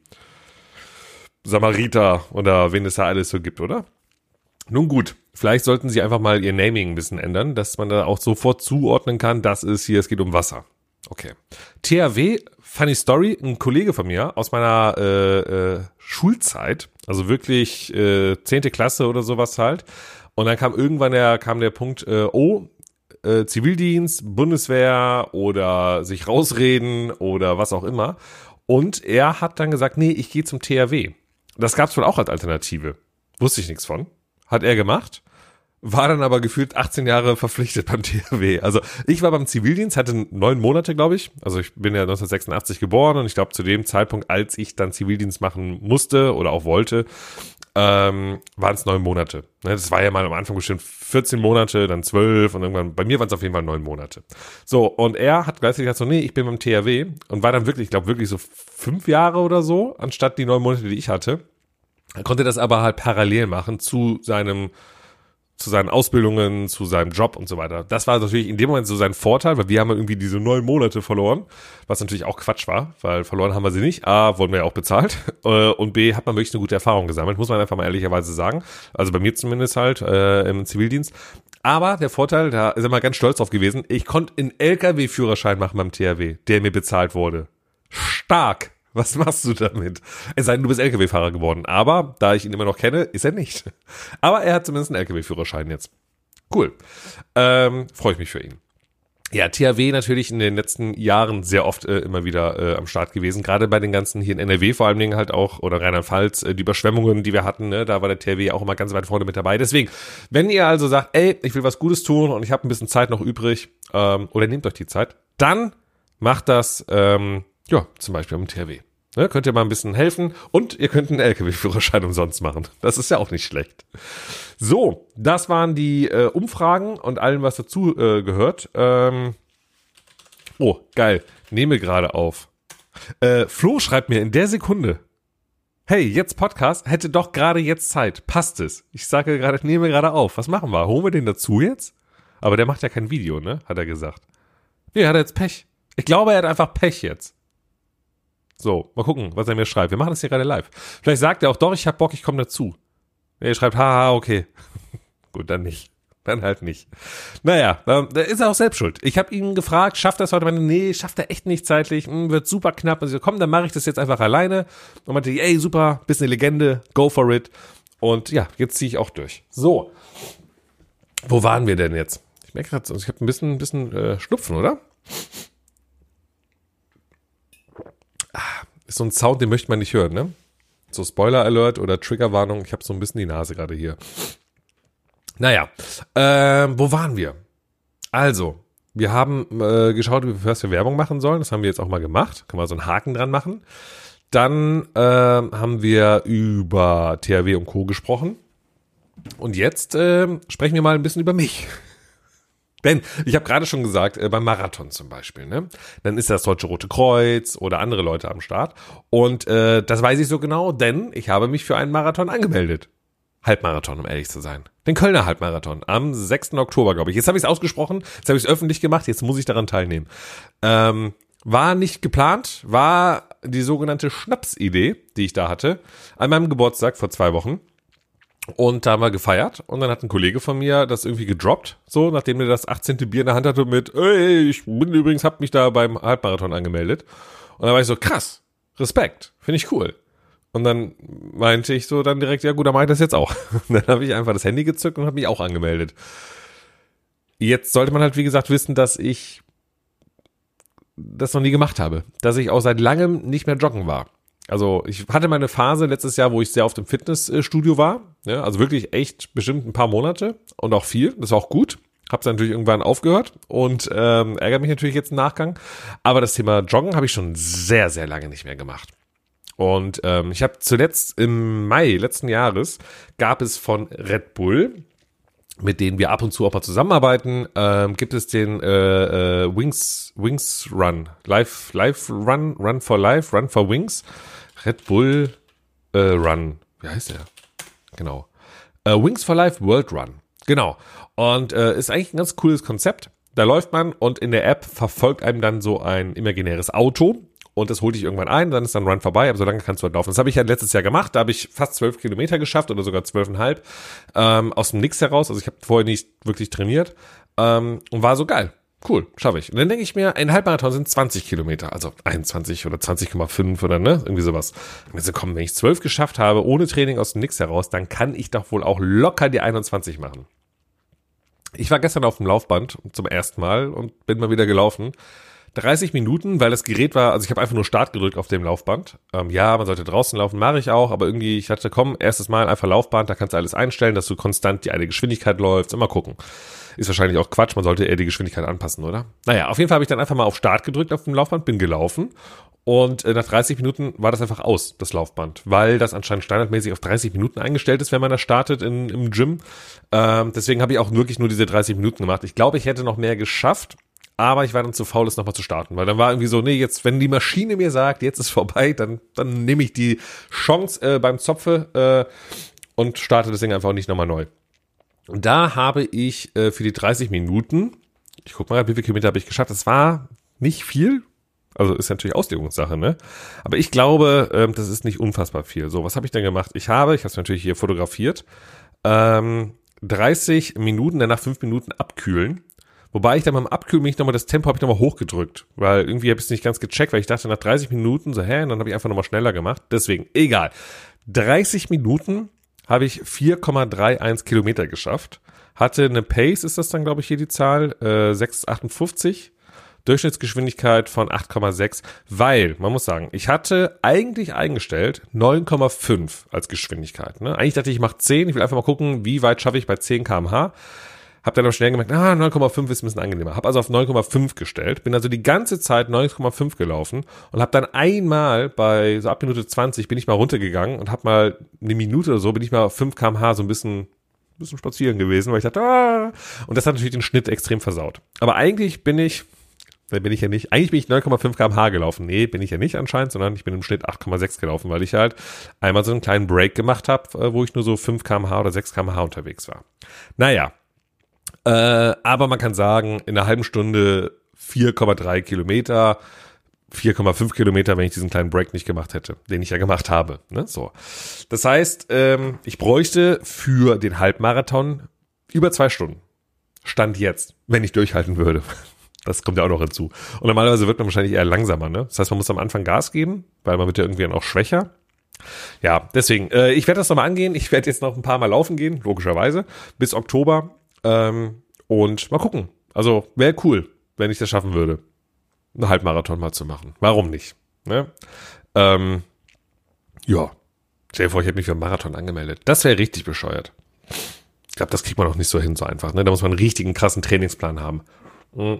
Samariter oder wen es da alles so gibt, oder? Nun gut, vielleicht sollten sie einfach mal ihr Naming ein bisschen ändern, dass man da auch sofort zuordnen kann, das ist hier, es geht um Wasser. Okay. T H W, funny story, ein Kollege von mir aus meiner äh, äh, Schulzeit, also wirklich äh, zehnte Klasse oder sowas halt. Und dann kam irgendwann der, kam der Punkt, äh, oh, äh, Zivildienst, Bundeswehr oder sich rausreden oder was auch immer. Und er hat dann gesagt, nee, ich gehe zum T H W. Das gab's wohl auch als Alternative. Wusste ich nichts von. Hat er gemacht. War dann aber gefühlt achtzehn Jahre verpflichtet beim T H W. Also ich war beim Zivildienst, hatte neun Monate, glaube ich. Also ich bin ja neunzehnhundertsechsundachtzig geboren und ich glaube zu dem Zeitpunkt, als ich dann Zivildienst machen musste oder auch wollte, ähm, waren es neun Monate. Das war ja mal am Anfang bestimmt vierzehn Monate, dann zwölf und irgendwann, bei mir waren es auf jeden Fall neun Monate. So, und er hat gleichzeitig gesagt so, nee, ich bin beim T H W und war dann wirklich, ich glaube wirklich so fünf Jahre oder so, anstatt die neun Monate, die ich hatte. Er konnte das aber halt parallel machen zu seinem zu seinen Ausbildungen, zu seinem Job und so weiter. Das war natürlich in dem Moment so sein Vorteil, weil wir haben irgendwie diese neun Monate verloren, was natürlich auch Quatsch war, weil verloren haben wir sie nicht. A, wurden wir ja auch bezahlt und B, hat man wirklich eine gute Erfahrung gesammelt, muss man einfach mal ehrlicherweise sagen. Also bei mir zumindest halt äh, im Zivildienst. Aber der Vorteil, da ist er mal ganz stolz drauf gewesen, ich konnte einen L K W-Führerschein machen beim T H W, der mir bezahlt wurde. Stark! Was machst du damit? Es sei denn, du bist L K W-Fahrer geworden. Aber, da ich ihn immer noch kenne, ist er nicht. Aber er hat zumindest einen L K W-Führerschein jetzt. Cool. Ähm, freue ich mich für ihn. Ja, T H W natürlich in den letzten Jahren sehr oft äh, immer wieder äh, am Start gewesen. Gerade bei den ganzen hier in N R W vor allen Dingen halt auch, oder Rheinland-Pfalz, äh, die Überschwemmungen, die wir hatten, ne, da war der T H W auch immer ganz weit vorne mit dabei. Deswegen, wenn ihr also sagt, ey, ich will was Gutes tun und ich habe ein bisschen Zeit noch übrig, ähm, oder nehmt euch die Zeit, dann macht das, ähm, ja, zum Beispiel am T H W. Ne, könnt ihr mal ein bisschen helfen und ihr könnt einen L K W-Führerschein umsonst machen. Das ist ja auch nicht schlecht. So, das waren die äh, Umfragen und allem, was dazu äh, gehört. Ähm, oh, geil. Nehme gerade auf. Äh, Flo schreibt mir in der Sekunde, hey, jetzt Podcast, hätte doch gerade jetzt Zeit. Passt es? Ich sage gerade, nehme gerade auf. Was machen wir? Holen wir den dazu jetzt? Aber der macht ja kein Video, ne? Hat er gesagt. Nee, hat er jetzt Pech. Ich glaube, er hat einfach Pech jetzt. So, mal gucken, was er mir schreibt. Wir machen das hier gerade live. Vielleicht sagt er auch, doch, ich hab Bock, ich komme dazu. Er schreibt, haha, okay. Gut, dann nicht. Dann halt nicht. Naja, da ist er auch selbst schuld. Ich habe ihn gefragt, schafft er es heute? Nee, schafft er echt nicht zeitlich. Hm, wird super knapp. Also komm, dann mache ich das jetzt einfach alleine. Und meinte, ey, super, bist eine Legende, go for it. Und ja, jetzt ziehe ich auch durch. So, wo waren wir denn jetzt? Ich merke gerade, ich habe ein bisschen, ein bisschen äh, Schnupfen, oder? Ist so ein Sound, den möchte man nicht hören, ne? So Spoiler-Alert oder Triggerwarnung. Ich habe so ein bisschen die Nase gerade hier. Naja, äh, wo waren wir? Also, wir haben äh, geschaut, wie wir für Werbung machen sollen. Das haben wir jetzt auch mal gemacht. Können wir so einen Haken dran machen. Dann äh, haben wir über T H W und Co. gesprochen. Und jetzt äh, sprechen wir mal ein bisschen über mich. Denn ich habe gerade schon gesagt, äh, beim Marathon zum Beispiel, ne, dann ist das Deutsche Rote Kreuz oder andere Leute am Start. Und äh, das weiß ich so genau, denn ich habe mich für einen Marathon angemeldet. Halbmarathon, um ehrlich zu sein. Den Kölner Halbmarathon am sechsten Oktober, glaube ich. Jetzt habe ich es ausgesprochen, jetzt habe ich es öffentlich gemacht, jetzt muss ich daran teilnehmen. Ähm, war nicht geplant, war die sogenannte Schnapsidee, die ich da hatte, an meinem Geburtstag vor zwei Wochen. Und da haben wir gefeiert und dann hat ein Kollege von mir das irgendwie gedroppt, so, nachdem er das achtzehnte Bier in der Hand hatte mit, ey, ich bin übrigens, hab mich da beim Halbmarathon angemeldet. Und dann war ich so, krass, Respekt, finde ich cool. Und dann meinte ich so dann direkt, ja gut, dann mache ich das jetzt auch. Und dann habe ich einfach das Handy gezückt und habe mich auch angemeldet. Jetzt sollte man halt, wie gesagt, wissen, dass ich das noch nie gemacht habe. Dass ich auch seit langem nicht mehr joggen war. Also ich hatte mal eine Phase letztes Jahr, wo ich sehr oft im Fitnessstudio war. Ja, also wirklich echt bestimmt ein paar Monate und auch viel. Das war auch gut. Hab's dann natürlich irgendwann aufgehört und ähm, ärgert mich natürlich jetzt im Nachgang. Aber das Thema Joggen habe ich schon sehr, sehr lange nicht mehr gemacht. Und ähm, ich habe zuletzt im Mai letzten Jahres gab es von Red Bull, mit denen wir ab und zu auch mal zusammenarbeiten, ähm, gibt es den äh, äh, Wings Wings Run, Life Life Run, Run for Life, Run for Wings, Red Bull äh, Run, wie heißt der? Genau, äh, Wings for Life World Run, genau. Und äh, ist eigentlich ein ganz cooles Konzept. Da läuft man und in der App verfolgt einem dann so ein imaginäres Auto. Und das holt dich irgendwann ein, dann ist dann Run vorbei, aber so lange kannst du halt laufen. Das habe ich ja letztes Jahr gemacht, da habe ich fast zwölf Kilometer geschafft oder sogar zwölfeinhalb ähm, aus dem Nix heraus. Also ich habe vorher nicht wirklich trainiert ähm, und war so geil. Cool, schaffe ich. Und dann denke ich mir, ein Halbmarathon sind zwanzig Kilometer, also einundzwanzig oder zwanzig Komma fünf oder ne, irgendwie sowas. Und so, komm, wenn ich zwölf geschafft habe, ohne Training aus dem Nix heraus, dann kann ich doch wohl auch locker die einundzwanzig machen. Ich war gestern auf dem Laufband zum ersten Mal und bin mal wieder gelaufen. dreißig Minuten, weil das Gerät war, also ich habe einfach nur Start gedrückt auf dem Laufband. Ähm, ja, man sollte draußen laufen, mache ich auch, aber irgendwie, ich dachte, komm, erstes Mal einfach Laufband, da kannst du alles einstellen, dass du konstant die eine Geschwindigkeit läufst, immer gucken. Ist wahrscheinlich auch Quatsch, man sollte eher die Geschwindigkeit anpassen, oder? Naja, auf jeden Fall habe ich dann einfach mal auf Start gedrückt auf dem Laufband, bin gelaufen und äh, nach dreißig Minuten war das einfach aus, das Laufband, weil das anscheinend standardmäßig auf dreißig Minuten eingestellt ist, wenn man da startet in, im Gym. Ähm, deswegen habe ich auch wirklich nur diese dreißig Minuten gemacht. Ich glaube, ich hätte noch mehr geschafft. Aber ich war dann zu faul, es nochmal zu starten, weil dann war irgendwie so, nee, jetzt, wenn die Maschine mir sagt, jetzt ist vorbei, dann dann nehme ich die Chance äh, beim Zopfe äh, und starte das Ding einfach nicht nochmal neu. Und da habe ich äh, für die dreißig Minuten, ich guck mal, wie viele Kilometer habe ich geschafft, das war nicht viel, also ist natürlich Auslegungssache, ne? Aber ich glaube, ähm, das ist nicht unfassbar viel. So, was habe ich denn gemacht? Ich habe, ich habe es natürlich hier fotografiert, ähm, dreißig Minuten, danach fünf Minuten abkühlen. Wobei ich dann beim Abkühlen mich nochmal, das Tempo habe ich nochmal hochgedrückt, weil irgendwie habe ich es nicht ganz gecheckt, weil ich dachte nach dreißig Minuten, so hä, und dann habe ich einfach nochmal schneller gemacht. Deswegen, egal. dreißig Minuten habe ich vier Komma einunddreißig Kilometer geschafft. Hatte eine Pace, ist das dann, glaube ich, hier die Zahl, äh, sechs Komma achtundfünfzig. Durchschnittsgeschwindigkeit von acht Komma sechs, weil, man muss sagen, ich hatte eigentlich eingestellt neun Komma fünf als Geschwindigkeit. Ne? Eigentlich dachte ich, ich mache zehn, ich will einfach mal gucken, wie weit schaffe ich bei zehn Kilometer pro Stunde. Hab dann aber schnell gemerkt, ah, neun Komma fünf ist ein bisschen angenehmer. Hab also auf neun Komma fünf gestellt, bin also die ganze Zeit neun Komma fünf gelaufen und hab dann einmal bei, so ab Minute zwanzig bin ich mal runtergegangen und hab mal eine Minute oder so, bin ich mal auf fünf Kilometer pro Stunde so ein bisschen, ein bisschen spazieren gewesen, weil ich dachte, ah, und das hat natürlich den Schnitt extrem versaut. Aber eigentlich bin ich, Da bin ich ja nicht, eigentlich bin ich neun Komma fünf Kilometer pro Stunde gelaufen. Nee, bin ich ja nicht anscheinend, sondern ich bin im Schnitt acht Komma sechs gelaufen, weil ich halt einmal so einen kleinen Break gemacht habe, wo ich nur so fünf Kilometer pro Stunde oder sechs Kilometer pro Stunde unterwegs war. Naja, äh, aber man kann sagen, in einer halben Stunde vier Komma drei Kilometer, vier Komma fünf Kilometer, wenn ich diesen kleinen Break nicht gemacht hätte, den ich ja gemacht habe. Ne? So. Das heißt, ähm, ich bräuchte für den Halbmarathon über zwei Stunden. Stand jetzt, wenn ich durchhalten würde. Das kommt ja auch noch hinzu. Und normalerweise wird man wahrscheinlich eher langsamer, ne? Das heißt, man muss am Anfang Gas geben, weil man wird ja irgendwie dann auch schwächer. Ja, deswegen, äh, ich werde das nochmal angehen. Ich werde jetzt noch ein paar Mal laufen gehen, logischerweise, bis Oktober. Ähm, und mal gucken. Also, wäre cool, wenn ich das schaffen würde, einen Halbmarathon mal zu machen. Warum nicht? Ne? Ähm, ja. Stell dir vor, ich hätte mich für einen Marathon angemeldet. Das wäre richtig bescheuert. Ich glaube, das kriegt man auch nicht so hin, so einfach. Ne? Da muss man einen richtigen, krassen Trainingsplan haben. Mhm.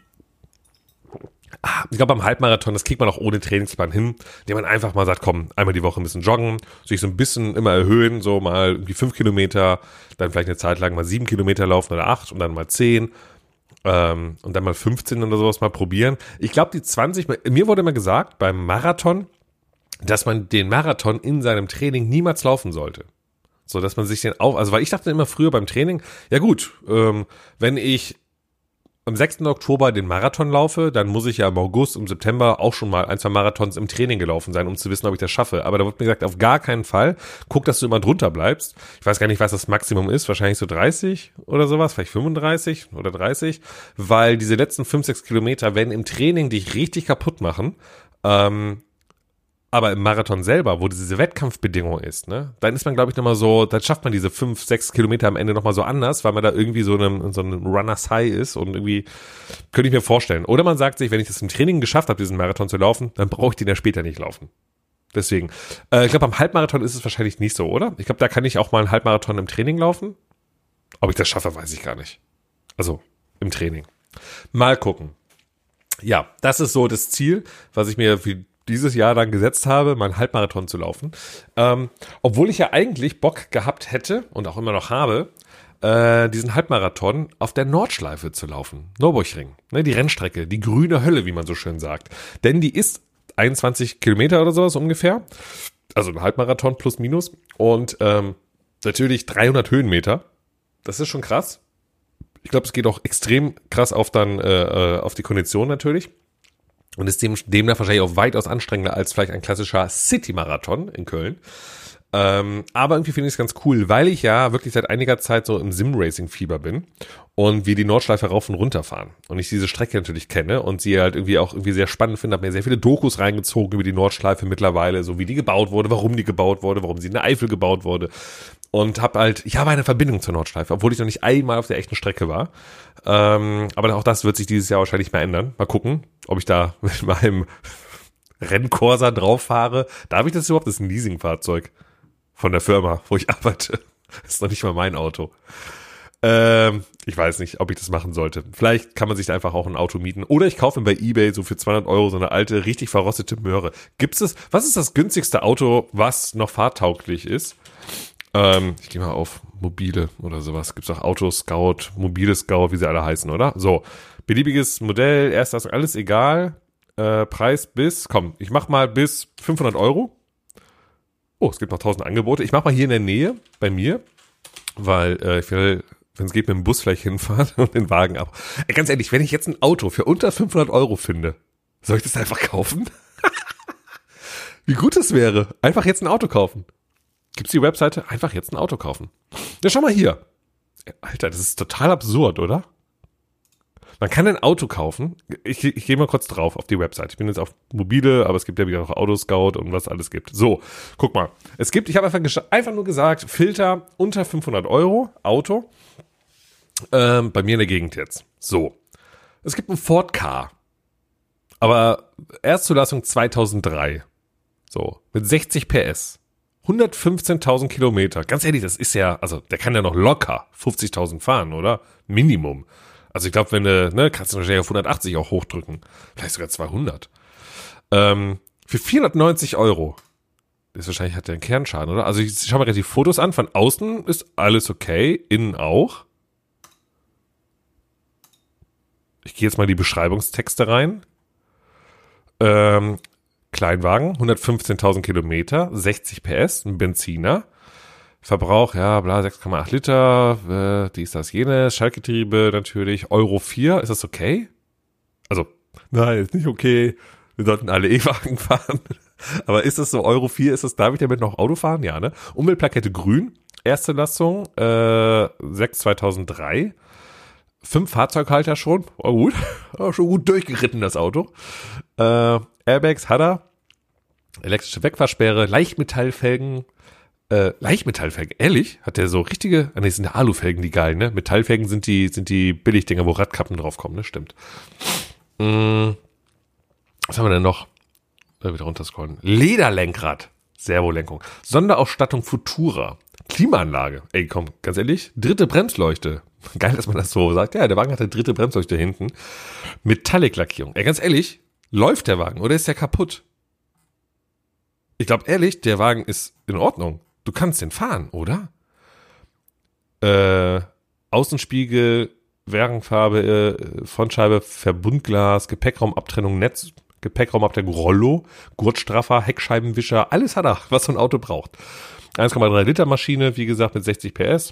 Ich glaube, beim Halbmarathon, das kriegt man auch ohne Trainingsplan hin, indem man einfach mal sagt, komm, einmal die Woche ein bisschen joggen, sich so ein bisschen immer erhöhen, so mal irgendwie fünf Kilometer, dann vielleicht eine Zeit lang mal sieben Kilometer laufen oder acht und dann mal zehn ähm, und dann mal fünfzehn oder sowas mal probieren. Ich glaube, die zwanzig, mir wurde immer gesagt, beim Marathon, dass man den Marathon in seinem Training niemals laufen sollte. So, dass man sich den auch, also weil ich dachte immer früher beim Training, ja gut, ähm, wenn ich am sechsten Oktober den Marathon laufe, dann muss ich ja im August, im September auch schon mal ein, zwei Marathons im Training gelaufen sein, um zu wissen, ob ich das schaffe. Aber da wird mir gesagt, auf gar keinen Fall, guck, dass du immer drunter bleibst. Ich weiß gar nicht, was das Maximum ist, wahrscheinlich so dreißig oder sowas, vielleicht fünfunddreißig oder dreißig, weil diese letzten fünf, sechs Kilometer werden im Training dich richtig kaputt machen. Ähm, aber im Marathon selber, wo diese Wettkampfbedingung ist, ne, dann ist man, glaube ich, nochmal so, dann schafft man diese fünf, sechs Kilometer am Ende nochmal so anders, weil man da irgendwie so einem, so einem Runners High ist und irgendwie, könnte ich mir vorstellen. Oder man sagt sich, wenn ich das im Training geschafft habe, diesen Marathon zu laufen, dann brauche ich den ja später nicht laufen. Deswegen, äh, ich glaube, beim Halbmarathon ist es wahrscheinlich nicht so, oder? Ich glaube, da kann ich auch mal einen Halbmarathon im Training laufen. Ob ich das schaffe, weiß ich gar nicht. Also, im Training. Mal gucken. Ja, das ist so das Ziel, was ich mir für dieses Jahr dann gesetzt habe, meinen Halbmarathon zu laufen. Ähm, obwohl ich ja eigentlich Bock gehabt hätte und auch immer noch habe, äh, diesen Halbmarathon auf der Nordschleife zu laufen. Nürburgring, ne, die Rennstrecke, die grüne Hölle, wie man so schön sagt. Denn die ist einundzwanzig Kilometer oder sowas ungefähr. Also ein Halbmarathon plus minus. Und ähm, natürlich dreihundert Höhenmeter. Das ist schon krass. Ich glaube, es geht auch extrem krass auf dann äh, auf die Kondition natürlich. Und ist dem, demnach wahrscheinlich auch weitaus anstrengender als vielleicht ein klassischer City-Marathon in Köln. Ähm, aber irgendwie finde ich es ganz cool, weil ich ja wirklich seit einiger Zeit so im Sim-Racing-Fieber bin und wir die Nordschleife rauf und runter fahren. Und ich diese Strecke natürlich kenne und sie halt irgendwie auch irgendwie sehr spannend finde. Habe mir sehr viele Dokus reingezogen über die Nordschleife mittlerweile, so wie die gebaut wurde, warum die gebaut wurde, warum sie in der Eifel gebaut wurde. Und habe halt, ich habe eine Verbindung zur Nordschleife, obwohl ich noch nicht einmal auf der echten Strecke war. Ähm, aber auch das wird sich dieses Jahr wahrscheinlich mal ändern. Mal gucken, ob ich da mit meinem Renncorsa drauf fahre. Darf ich das überhaupt? Das ist ein Leasingfahrzeug von der Firma, wo ich arbeite. Das ist noch nicht mal mein Auto. Ähm, ich weiß nicht, ob ich das machen sollte. Vielleicht kann man sich da einfach auch ein Auto mieten. Oder ich kaufe mir bei eBay so für zweihundert Euro so eine alte, richtig verrostete Möhre. Gibt's es? Was ist das günstigste Auto, was noch fahrtauglich ist? Ähm, ich gehe mal auf mobile oder sowas. Gibt's auch Autoscout, mobile Scout, wie sie alle heißen, oder? So, beliebiges Modell, erstes, alles egal. Äh, Preis bis, komm, ich mach mal bis fünfhundert Euro. Oh, es gibt noch tausend Angebote. Ich mach mal hier in der Nähe bei mir weil äh, ich will, wenn es geht, mit dem Bus vielleicht hinfahren und den Wagen ab. Ey, ganz ehrlich, wenn ich jetzt ein Auto für unter fünfhundert Euro finde, soll ich das einfach kaufen? Wie gut es wäre, einfach jetzt ein Auto kaufen. Gibt's die Webseite? Einfach jetzt ein Auto kaufen. Ja, schau mal hier. Alter, das ist total absurd, oder? Man kann ein Auto kaufen. Ich, ich gehe mal kurz drauf auf die Website. Ich bin jetzt auf mobile, aber es gibt ja wieder noch Autoscout und was alles gibt. So, guck mal. Es gibt, ich habe einfach, einfach nur gesagt, Filter unter fünfhundert Euro, Auto. Ähm, bei mir in der Gegend jetzt. So. Es gibt einen Ford Ka. Aber Erstzulassung zweitausenddrei. So, mit sechzig P S. hundertfünfzehntausend Kilometer. Ganz ehrlich, das ist ja, also der kann ja noch locker fünfzigtausend fahren, oder? Minimum. Also ich glaube, wenn du, ne, kannst du wahrscheinlich auf hundertachtzig auch hochdrücken. Vielleicht sogar zweihundert. Ähm, für vierhundertneunzig Euro. Das ist wahrscheinlich, hat der einen Kernschaden, oder? Also ich schau mal gerade die Fotos an. Von außen ist alles okay. Innen auch. Ich gehe jetzt mal die Beschreibungstexte rein. Ähm, Kleinwagen, hundertfünfzehntausend Kilometer, sechzig P S, ein Benziner. Verbrauch, ja, bla, sechs Komma acht Liter, äh, dies, das, jenes, Schaltgetriebe natürlich, Euro vier, ist das okay? Also, nein, ist nicht okay, wir sollten alle E-Wagen fahren. Aber ist das so, Euro vier, ist das, darf ich damit noch Auto fahren? Ja, ne? Umweltplakette grün, erste Lassung, äh, sechs zweitausenddrei, fünf Fahrzeughalter schon, oh gut, oh, schon gut durchgeritten das Auto. Äh, Airbags hat er, elektrische Wegfahrsperre, Leichtmetallfelgen, äh, Leichtmetallfelgen, ehrlich? Hat der so richtige, ah, nee, sind ja Alufelgen, die geil, ne? Metallfelgen sind die, sind die Billigdinger, wo Radkappen draufkommen, ne? Stimmt. Hm, was haben wir denn noch? Da wieder runterscrollen. Lederlenkrad, Servolenkung, Sonderausstattung Futura, Klimaanlage, ey komm, ganz ehrlich, dritte Bremsleuchte. Geil, dass man das so sagt. Ja, der Wagen hat eine dritte Bremsleuchte hinten. Metallic-Lackierung. Ey, ganz ehrlich, läuft der Wagen oder ist der kaputt? Ich glaube ehrlich, der Wagen ist in Ordnung. Du kannst den fahren, oder? Äh, Außenspiegel, Wagenfarbe, äh, Frontscheibe, Verbundglas, Gepäckraumabtrennung, Netz, Gepäckraumabtrennung, Rollo, Gurtstraffer, Heckscheibenwischer, alles hat er, was so ein Auto braucht. eins Komma drei Liter Maschine, wie gesagt, mit sechzig P S.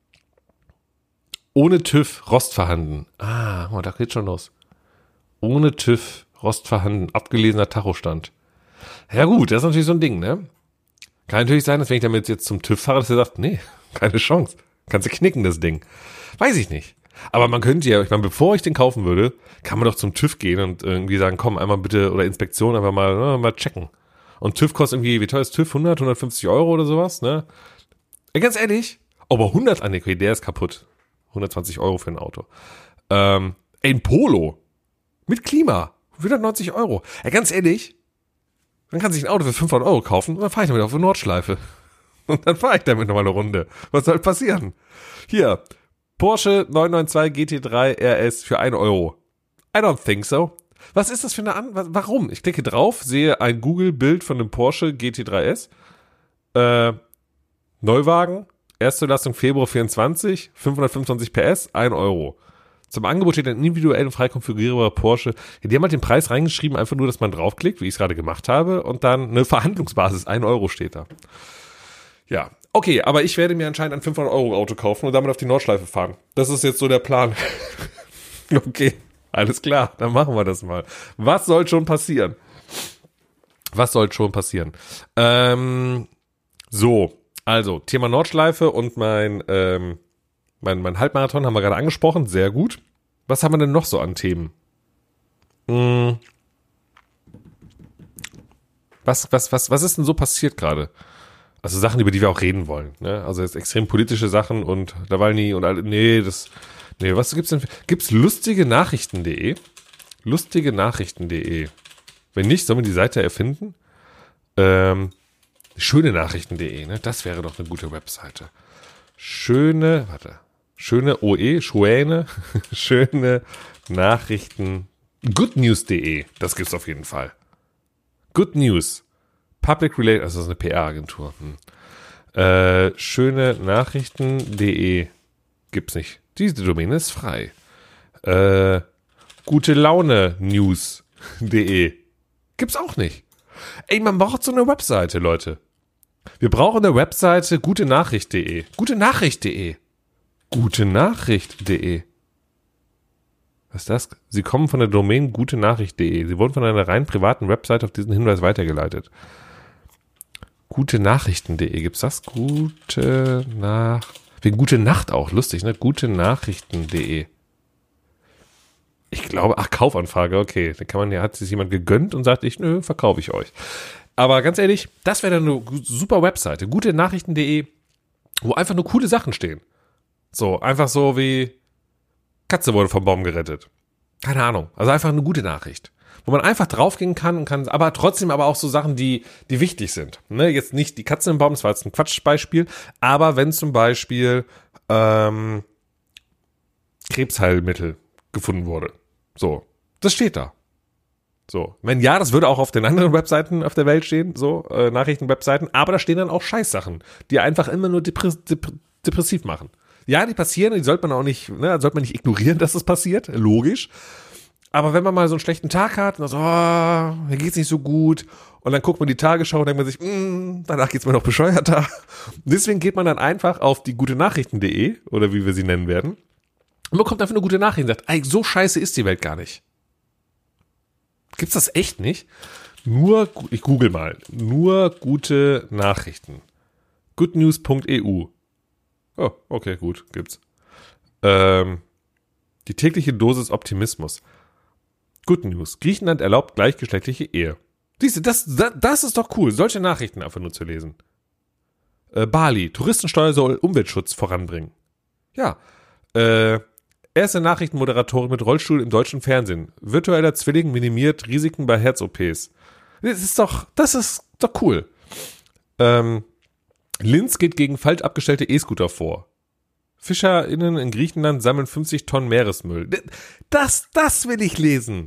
Ohne TÜV, Rost vorhanden. Ah, oh, da geht schon los. Ohne TÜV, Rost vorhanden, abgelesener Tachostand. Ja gut, das ist natürlich so ein Ding, ne? Kann natürlich sein, dass wenn ich damit jetzt zum TÜV fahre, dass er sagt, nee, keine Chance. Kannst du knicken, das Ding. Weiß ich nicht. Aber man könnte ja, ich meine, bevor ich den kaufen würde, kann man doch zum TÜV gehen und irgendwie sagen, komm, einmal bitte, oder Inspektion, einfach mal, ne, mal checken. Und TÜV kostet irgendwie, wie teuer ist TÜV? hundert, hundertfünfzig Euro oder sowas, ne? Ja, ganz ehrlich, aber hundert, ah, nee, okay, der ist kaputt. hundertzwanzig Euro für ein Auto. Ähm, ein Polo. Mit Klima. hundertneunzig Euro. Ja, ganz ehrlich, dann kann sich ein Auto für fünfhundert Euro kaufen und dann fahre ich damit auf eine Nordschleife. Und dann fahre ich damit nochmal eine Runde. Was soll passieren? Hier, Porsche neun neun zwei G T drei R S für ein Euro. I don't think so. Was ist das für eine An... Warum? Ich klicke drauf, sehe ein Google-Bild von einem Porsche G T drei S. Äh, Neuwagen, Erstzulassung Februar vierundzwanzig, fünfhundertfünfundzwanzig P S, ein Euro. Zum Angebot steht ein individuell und frei konfigurierbarer Porsche. Ja, die haben halt den Preis reingeschrieben, einfach nur, dass man draufklickt, wie ich es gerade gemacht habe, und dann eine Verhandlungsbasis, ein Euro steht da. Ja, okay, aber ich werde mir anscheinend ein fünfhundert Euro Auto kaufen und damit auf die Nordschleife fahren. Das ist jetzt so der Plan. Okay, alles klar, dann machen wir das mal. Was soll schon passieren? Was soll schon passieren? Ähm, so, also, Thema Nordschleife und mein, ähm, Mein, mein Halbmarathon haben wir gerade angesprochen, sehr gut. Was haben wir denn noch so an Themen? Hm. Was, was, was, was ist denn so passiert gerade? Also Sachen, über die wir auch reden wollen. Ne? Also jetzt extrem politische Sachen und Nawalny und alle. Nee, das. Nee, was gibt's denn? Gibt's lustige Nachrichten.de? Lustige Nachrichten.de. Wenn nicht, sollen wir die Seite erfinden? Ähm, schöne Nachrichten.de, ne? Das wäre doch eine gute Webseite. Schöne, warte. Schöne O E, Schwäne, schöne Nachrichten. Goodnews.de, das gibt's auf jeden Fall. Good News. Public Relations, also das ist eine P R-Agentur. Hm. Äh, schöne Nachrichten.de gibt's nicht. Diese Domäne ist frei. Äh, gute Laune News.de gibt's auch nicht. Ey, man braucht so eine Webseite, Leute. Wir brauchen eine Webseite gute nachricht punkt de. gute nachricht punkt de. gute nachricht punkt de. Was ist das? Sie kommen von der Domain gute nachricht punkt de. Sie wurden von einer rein privaten Website auf diesen Hinweis weitergeleitet. gute nachrichten punkt de. Gibt's das? Gute Nach... Wegen gute Nacht auch. Lustig, ne? gute nachrichten punkt de. Ich glaube, ach, Kaufanfrage, okay. Da kann man ja, hat sich jemand gegönnt und sagt, ich, nö, verkaufe ich euch. Aber ganz ehrlich, das wäre dann eine super Webseite. gute nachrichten punkt de, wo einfach nur coole Sachen stehen. So, einfach so wie Katze wurde vom Baum gerettet. Keine Ahnung. Also einfach eine gute Nachricht. Wo man einfach draufgehen kann und kann, aber trotzdem aber auch so Sachen, die, die wichtig sind. Ne, jetzt nicht die Katze im Baum, das war jetzt ein Quatschbeispiel, aber wenn zum Beispiel ähm, Krebsheilmittel gefunden wurde. So, das steht da. So, wenn ja, das würde auch auf den anderen Webseiten auf der Welt stehen, so, äh, Nachrichtenwebseiten, aber da stehen dann auch Scheißsachen, die einfach immer nur depress- dep- depressiv machen. Ja, die passieren, die sollte man auch nicht, ne, sollte man nicht ignorieren, dass das passiert, logisch. Aber wenn man mal so einen schlechten Tag hat, und so, oh, mir geht's nicht so gut, und dann guckt man die Tagesschau und denkt man sich, mm, danach geht's mir noch bescheuerter. Deswegen geht man dann einfach auf die gute nachrichten punkt de, oder wie wir sie nennen werden, und bekommt einfach eine gute Nachricht und sagt, ey, so scheiße ist die Welt gar nicht. Gibt's das echt nicht? Nur, ich google mal, nur gute Nachrichten. goodnews punkt e u. Oh, okay, gut, gibt's. Ähm, die tägliche Dosis Optimismus. Good News. Griechenland erlaubt gleichgeschlechtliche Ehe. Siehst du, das, das, das ist doch cool, solche Nachrichten einfach nur zu lesen. Äh, Bali. Touristensteuer soll Umweltschutz voranbringen. Ja. Äh, erste Nachrichtenmoderatorin mit Rollstuhl im deutschen Fernsehen. Virtueller Zwilling minimiert Risiken bei Herz-O Ps. Das ist doch, das ist doch cool. Ähm, Linz geht gegen falsch abgestellte E-Scooter vor. FischerInnen in Griechenland sammeln fünfzig Tonnen Meeresmüll. Das, das will ich lesen.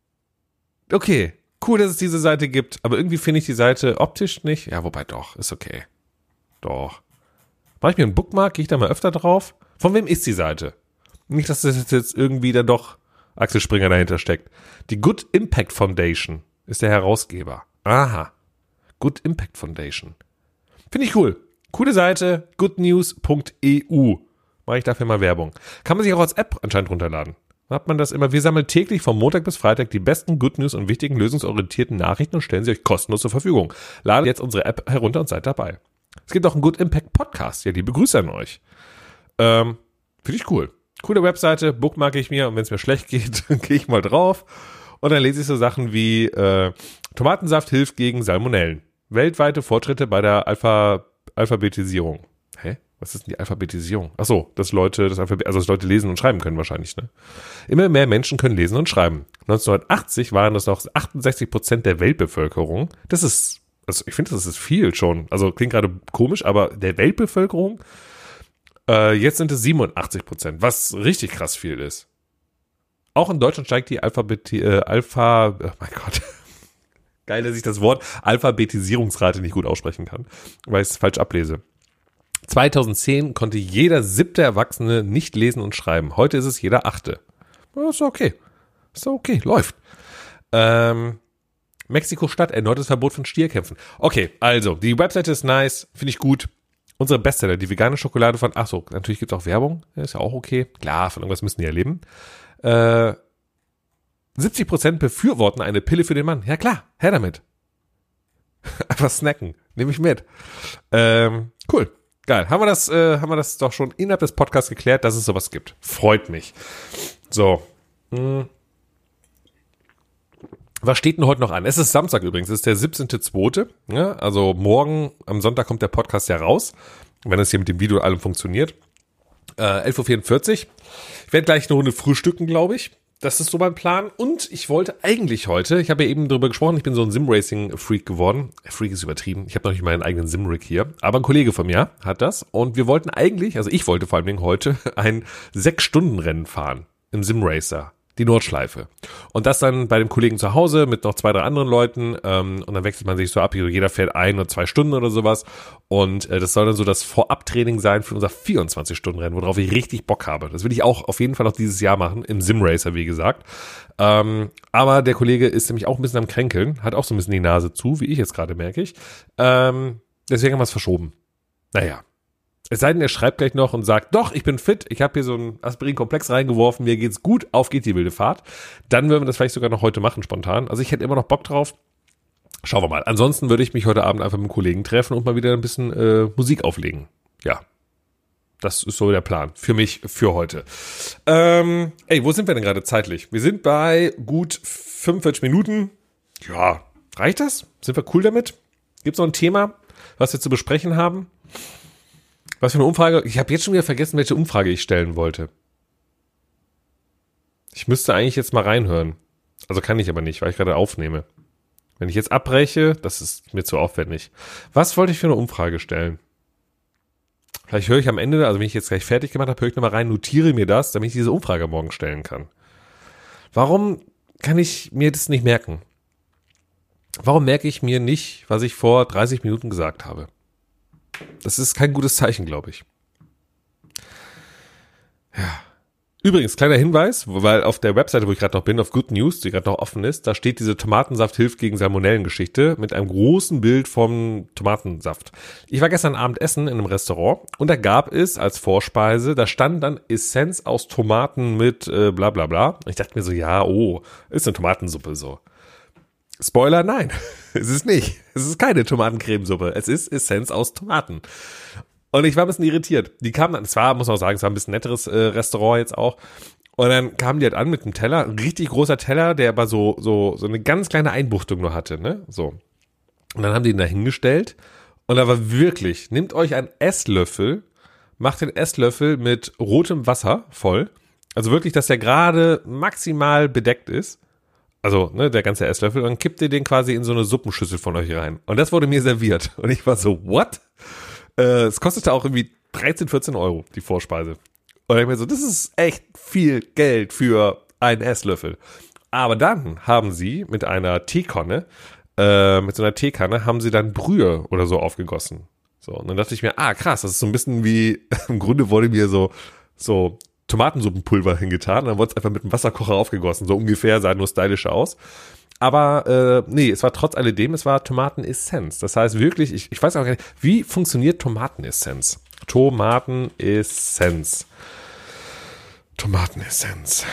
Okay, cool, dass es diese Seite gibt, aber irgendwie finde ich die Seite optisch nicht. Ja, wobei doch, ist okay. Doch. Mache ich mir einen Bookmark, gehe ich da mal öfter drauf? Von wem ist die Seite? Nicht, dass das jetzt irgendwie dann doch Axel Springer dahinter steckt. Die Good Impact Foundation ist der Herausgeber. Aha. Good Impact Foundation. Finde ich cool. Coole Seite, goodnews punkt e u. Mache ich dafür mal Werbung. Kann man sich auch als App anscheinend runterladen. Da hat man das immer. Wir sammeln täglich von Montag bis Freitag die besten Good News und wichtigen lösungsorientierten Nachrichten und stellen sie euch kostenlos zur Verfügung. Ladet jetzt unsere App herunter und seid dabei. Es gibt auch einen Good Impact Podcast. Ja, liebe Grüße an euch. Ähm, finde ich cool. Coole Webseite, bookmarke ich mir und wenn es mir schlecht geht, dann gehe ich mal drauf und dann lese ich so Sachen wie äh, Tomatensaft hilft gegen Salmonellen. Weltweite Fortschritte bei der Alpha, Alphabetisierung. Hä? Was ist denn die Alphabetisierung? Ach so, dass Leute das Alphabet, also dass Leute lesen und schreiben können wahrscheinlich, ne? Immer mehr Menschen können lesen und schreiben. neunzehnhundertachtzig waren das noch achtundsechzig Prozent der Weltbevölkerung. Das ist, also ich finde, das ist viel schon. Also klingt gerade komisch, aber der Weltbevölkerung, äh, jetzt sind es siebenundachtzig Prozent, was richtig krass viel ist. Auch in Deutschland steigt die Alphabet, äh, Alpha, oh mein Gott. Geil, dass ich das Wort Alphabetisierungsrate nicht gut aussprechen kann, weil ich es falsch ablese. zweitausendzehn konnte jeder siebte Erwachsene nicht lesen und schreiben. Heute ist es jeder achte. Das ist okay. Ist okay, läuft. Ähm, Mexiko-Stadt, erneutes Verbot von Stierkämpfen. Okay, also, die Webseite ist nice, finde ich gut. Unsere Bestseller, die vegane Schokolade von, ach so, natürlich gibt es auch Werbung, ist ja auch okay. Klar, von irgendwas müssen die ja leben. Äh, siebzig Prozent befürworten eine Pille für den Mann. Ja klar, her damit. Einfach snacken, nehme ich mit. Ähm, cool. Geil, haben wir das, äh, haben wir das doch schon innerhalb des Podcasts geklärt, dass es sowas gibt. Freut mich. So. Hm. Was steht denn heute noch an? Es ist Samstag übrigens, es ist der siebzehnte zweite Ja, also morgen, am Sonntag kommt der Podcast ja raus, wenn es hier mit dem Video allem funktioniert. Äh, elf Uhr vierundvierzig Ich werde gleich eine Runde frühstücken, glaube ich. Das ist so mein Plan. Und ich wollte eigentlich heute, ich habe ja eben darüber gesprochen, ich bin so ein Sim-Racing-Freak geworden. Freak ist übertrieben. Ich habe noch nicht meinen eigenen Sim-Rig hier. Aber ein Kollege von mir hat das. Und wir wollten eigentlich, also ich wollte vor allem heute, ein sechs-Stunden-Rennen fahren im Sim-Racer. Die Nordschleife. Und das dann bei dem Kollegen zu Hause mit noch zwei, drei anderen Leuten. Ähm, und dann wechselt man sich so ab. Jeder fährt ein oder zwei Stunden oder sowas. Und äh, das soll dann so das Vorabtraining sein für unser vierundzwanzig-Stunden-Rennen, worauf ich richtig Bock habe. Das will ich auch auf jeden Fall noch dieses Jahr machen, im Sim-Racer, wie gesagt. Ähm, aber der Kollege ist nämlich auch ein bisschen am Kränkeln. Hat auch so ein bisschen die Nase zu, wie ich jetzt gerade merke ich. Ähm, Deswegen haben wir es verschoben. Naja. Es sei denn, er schreibt gleich noch und sagt, doch, ich bin fit, ich habe hier so einen Aspirin-Komplex reingeworfen, mir geht's gut, auf geht die wilde Fahrt. Dann würden wir das vielleicht sogar noch heute machen, spontan. Also ich hätte immer noch Bock drauf. Schauen wir mal. Ansonsten würde ich mich heute Abend einfach mit einem Kollegen treffen und mal wieder ein bisschen äh, Musik auflegen. Ja. Das ist so der Plan. Für mich, für heute. Ähm, ey, wo sind wir denn gerade zeitlich? Wir sind bei gut fünfundvierzig Minuten. Ja, reicht das? Sind wir cool damit? Gibt's noch ein Thema, was wir zu besprechen haben? Was für eine Umfrage? Ich habe jetzt schon wieder vergessen, welche Umfrage ich stellen wollte. Ich müsste eigentlich jetzt mal reinhören. Also kann ich aber nicht, weil ich gerade aufnehme. Wenn ich jetzt abbreche, das ist mir zu aufwendig. Was wollte ich für eine Umfrage stellen? Vielleicht höre ich am Ende, also wenn ich jetzt gleich fertig gemacht habe, höre ich nochmal rein, notiere mir das, damit ich diese Umfrage morgen stellen kann. Warum kann ich mir das nicht merken? Warum merke ich mir nicht, was ich vor dreißig Minuten gesagt habe? Das ist kein gutes Zeichen, glaube ich. Ja. Übrigens, kleiner Hinweis, weil auf der Webseite, wo ich gerade noch bin, auf Good News, die gerade noch offen ist, da steht diese Tomatensaft hilft gegen Salmonellen-Geschichte mit einem großen Bild vom Tomatensaft. Ich war gestern Abend essen in einem Restaurant und da gab es als Vorspeise, da stand dann Essenz aus Tomaten mit äh, bla bla bla. Und ich dachte mir so, ja, oh, ist eine Tomatensuppe so. Spoiler, nein, es ist nicht. Es ist keine Tomatencremesuppe. Es ist Essenz aus Tomaten. Und ich war ein bisschen irritiert. Die kamen dann, es war, muss man auch sagen, es war ein bisschen netteres äh, Restaurant jetzt auch. Und dann kamen die halt an mit einem Teller, ein richtig großer Teller, der aber so so so eine ganz kleine Einbuchtung nur hatte, ne? So. Und dann haben die ihn da hingestellt. Und da war wirklich, nehmt euch einen Esslöffel, macht den Esslöffel mit rotem Wasser voll. Also wirklich, dass der gerade maximal bedeckt ist. Also, ne, der ganze Esslöffel, und dann kippt ihr den quasi in so eine Suppenschüssel von euch rein. Und das wurde mir serviert. Und ich war so, what? Äh, es kostete auch irgendwie dreizehn, vierzehn Euro, die Vorspeise. Und ich mir so, das ist echt viel Geld für einen Esslöffel. Aber dann haben sie mit einer Teekanne, äh, mit so einer Teekanne, haben sie dann Brühe oder so aufgegossen. So, und dann dachte ich mir, ah, krass, das ist so ein bisschen wie, im Grunde wurde mir so, so, Tomatensuppenpulver hingetan, dann wurde es einfach mit dem Wasserkocher aufgegossen, so ungefähr, sah nur stylisch aus. Aber äh, nee, es war trotz alledem, es war Tomatenessenz. Das heißt wirklich, ich, ich weiß auch gar nicht, wie funktioniert Tomatenessenz? Tomatenessenz. Tomatenessenz.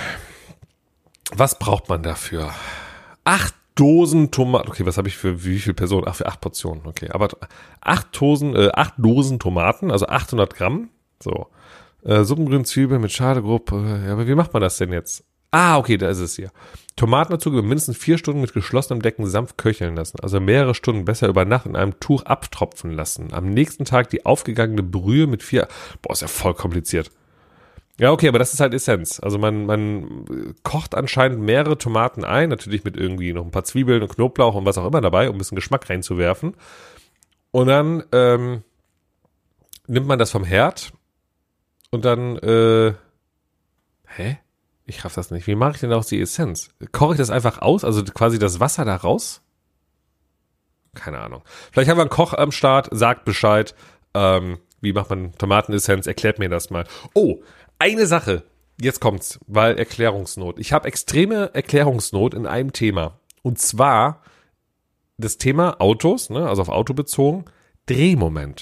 Was braucht man dafür? Acht Dosen Tomaten. Okay, was habe ich für wie viele Personen? Ach, für acht Portionen. Okay, aber acht Dosen, äh, acht Dosen Tomaten, also achthundert Gramm. So. Äh, Suppengrün, Zwiebeln mit Schale, grob. Äh, ja, aber wie macht man das denn jetzt? Ah, okay, da ist es hier. Tomaten dazu über mindestens vier Stunden mit geschlossenem Decken sanft köcheln lassen. Also mehrere Stunden, besser über Nacht in einem Tuch abtropfen lassen. Am nächsten Tag die aufgegangene Brühe mit vier... Boah, ist ja voll kompliziert. Ja, okay, aber das ist halt Essenz. Also man, man kocht anscheinend mehrere Tomaten ein, natürlich mit irgendwie noch ein paar Zwiebeln und Knoblauch und was auch immer dabei, um ein bisschen Geschmack reinzuwerfen. Und dann ähm, nimmt man das vom Herd und dann, äh, hä? Ich raff das nicht. Wie mache ich denn aus die Essenz? Koche ich das einfach aus? Also quasi das Wasser da raus? Keine Ahnung. Vielleicht haben wir einen Koch am Start, sagt Bescheid. Ähm, wie macht man Tomatenessenz? Erklärt mir das mal. Oh, eine Sache. Jetzt kommt's, weil Erklärungsnot. Ich habe extreme Erklärungsnot in einem Thema. Und zwar das Thema Autos, ne, also auf Auto bezogen, Drehmoment.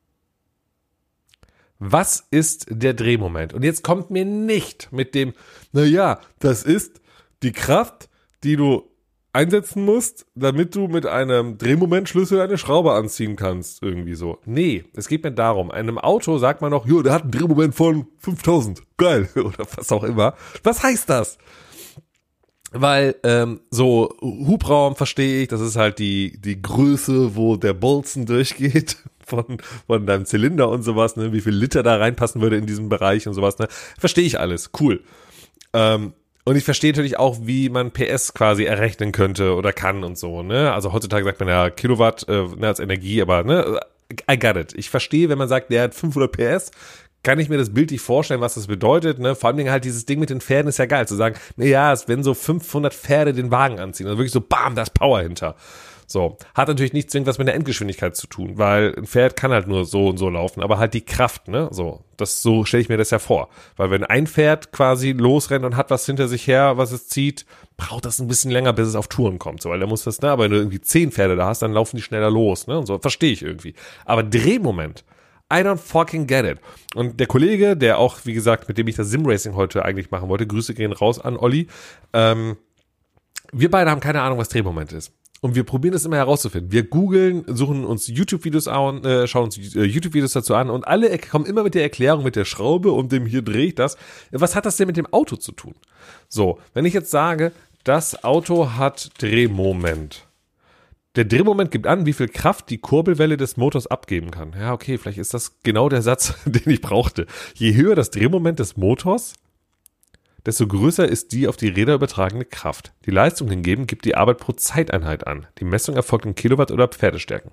Was ist der Drehmoment? Und jetzt kommt mir nicht mit dem, naja, das ist die Kraft, die du einsetzen musst, damit du mit einem Drehmomentschlüssel eine Schraube anziehen kannst, irgendwie so. Nee, es geht mir darum, einem Auto sagt man noch, jo, der hat einen Drehmoment von fünftausend, geil, oder was auch immer. Was heißt das? Weil ähm, so Hubraum verstehe ich, das ist halt die die Größe, wo der Bolzen durchgeht von von deinem Zylinder und sowas, ne, wie viel Liter da reinpassen würde in diesem Bereich und sowas, ne, verstehe ich alles, cool. Ähm, und ich verstehe natürlich auch, wie man P S quasi errechnen könnte oder kann und so, ne, also heutzutage sagt man ja Kilowatt äh, ne, als Energie, aber ne, I got it. Ich verstehe, wenn man sagt, der hat fünfhundert P S, kann ich mir das bildlich vorstellen, was das bedeutet, ne? Vor allem halt dieses Ding mit den Pferden ist ja geil, zu sagen, naja, es wenn so fünfhundert Pferde den Wagen anziehen, also wirklich so, bam, da ist Power hinter. So, hat natürlich nicht zwingend was mit der Endgeschwindigkeit zu tun, weil ein Pferd kann halt nur so und so laufen, aber halt die Kraft, ne, so, das, so stelle ich mir das ja vor. Weil wenn ein Pferd quasi losrennt und hat was hinter sich her, was es zieht, braucht das ein bisschen länger, bis es auf Touren kommt, so, weil da muss das, ne, aber wenn du irgendwie zehn Pferde da hast, dann laufen die schneller los, ne, und so, verstehe ich irgendwie. Aber Drehmoment, I don't fucking get it. Und der Kollege, der auch, wie gesagt, mit dem ich das Simracing heute eigentlich machen wollte, Grüße gehen raus an Olli, ähm, wir beide haben keine Ahnung, was Drehmoment ist. Und wir probieren das immer herauszufinden. Wir googeln, suchen uns YouTube-Videos an, äh, schauen uns äh, YouTube-Videos dazu an und alle kommen immer mit der Erklärung mit der Schraube und dem hier drehe ich das. Was hat das denn mit dem Auto zu tun? So, wenn ich jetzt sage, das Auto hat Drehmoment. Der Drehmoment gibt an, wie viel Kraft die Kurbelwelle des Motors abgeben kann. Ja, okay, vielleicht ist das genau der Satz, den ich brauchte. Je höher das Drehmoment des Motors, desto größer ist die auf die Räder übertragene Kraft. Die Leistung hingegen gibt die Arbeit pro Zeiteinheit an. Die Messung erfolgt in Kilowatt oder Pferdestärken.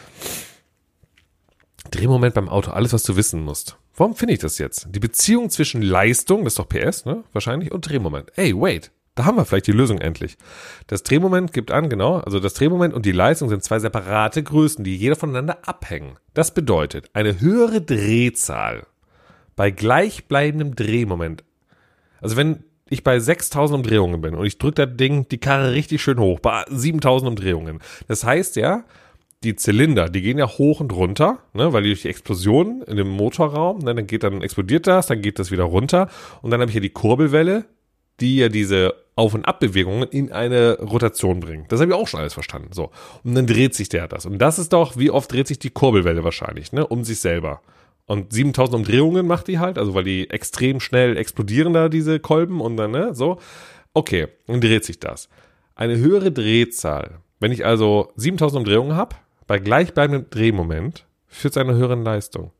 Drehmoment beim Auto, alles, was du wissen musst. Warum finde ich das jetzt? Die Beziehung zwischen Leistung, das ist doch P S, ne, wahrscheinlich, und Drehmoment. Ey, wait. Da haben wir vielleicht die Lösung endlich. Das Drehmoment gibt an, genau, also das Drehmoment und die Leistung sind zwei separate Größen, die jeder voneinander abhängen. Das bedeutet, eine höhere Drehzahl bei gleichbleibendem Drehmoment. Also wenn ich bei sechstausend Umdrehungen bin und ich drücke das Ding, die Karre richtig schön hoch, bei siebentausend Umdrehungen. Das heißt ja, die Zylinder, die gehen ja hoch und runter, ne, weil die durch die Explosion in dem Motorraum, ne, dann geht dann explodiert das, dann geht das wieder runter und dann habe ich ja die Kurbelwelle, die ja diese Auf- und Abbewegungen in eine Rotation bringen. Das habe ich auch schon alles verstanden. So. Und dann dreht sich der das. Und das ist doch, wie oft dreht sich die Kurbelwelle wahrscheinlich, ne, um sich selber. Und siebentausend Umdrehungen macht die halt, also weil die extrem schnell explodieren da, diese Kolben und dann, ne, so. Okay, dann dreht sich das. Eine höhere Drehzahl. Wenn ich also siebentausend Umdrehungen habe, bei gleichbleibendem Drehmoment, führt zu einer höheren Leistung.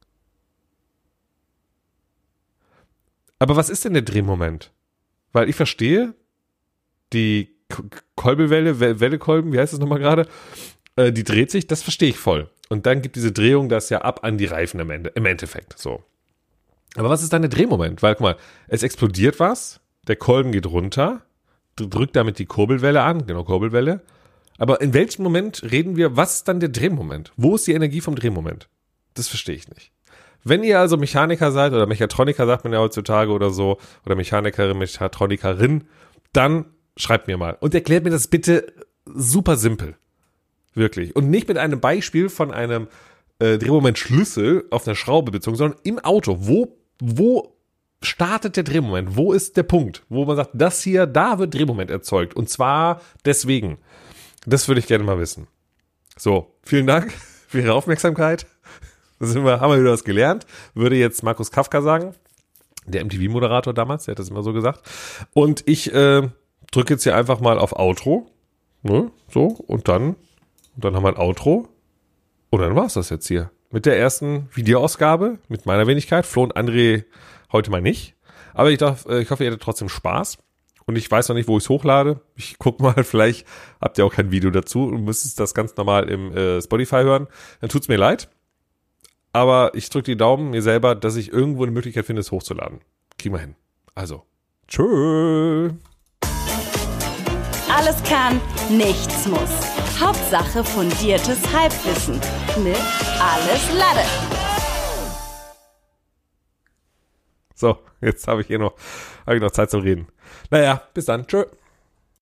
Aber was ist denn der Drehmoment? Weil ich verstehe, die Kolbewelle, Wellekolben, wie heißt das nochmal gerade, äh, die dreht sich, das verstehe ich voll. Und dann gibt diese Drehung das ja ab an die Reifen im, Ende, im Endeffekt. So. Aber was ist dann der Drehmoment? Weil, guck mal, es explodiert was, der Kolben geht runter, drückt damit die Kurbelwelle an, genau, Kurbelwelle. Aber in welchem Moment reden wir, was ist dann der Drehmoment? Wo ist die Energie vom Drehmoment? Das verstehe ich nicht. Wenn ihr also Mechaniker seid oder Mechatroniker, sagt man ja heutzutage oder so, oder Mechanikerin, Mechatronikerin, dann schreibt mir mal und erklärt mir das bitte super simpel. Wirklich. Und nicht mit einem Beispiel von einem äh, Drehmomentschlüssel auf einer Schraube bezogen, sondern im Auto. Wo, wo startet der Drehmoment? Wo ist der Punkt, wo man sagt, das hier, da wird Drehmoment erzeugt. Und zwar deswegen. Das würde ich gerne mal wissen. So, vielen Dank für Ihre Aufmerksamkeit. Da sind wir, haben wir wieder was gelernt. Würde jetzt Markus Kafka sagen. Der M T V-Moderator damals, der hat das immer so gesagt. Und ich äh, drücke jetzt hier einfach mal auf Outro. Ne? So, und dann, und dann haben wir ein Outro. Und dann war es das jetzt hier. Mit der ersten Videoausgabe, mit meiner Wenigkeit. Flo und André heute mal nicht. Aber ich, darf, ich hoffe, ihr hattet trotzdem Spaß. Und ich weiß noch nicht, wo ich es hochlade. Ich guck mal, vielleicht habt ihr auch kein Video dazu und müsst das ganz normal im äh, Spotify hören. Dann tut's mir leid. Aber ich drücke die Daumen mir selber, dass ich irgendwo eine Möglichkeit finde, es hochzuladen. Kriegen wir hin. Also, tschö. Alles kann, nichts muss. Hauptsache fundiertes Halbwissen mit Alles Lade. So, jetzt habe ich hier noch, habe ich noch Zeit zum Reden. Naja, bis dann. Tschö.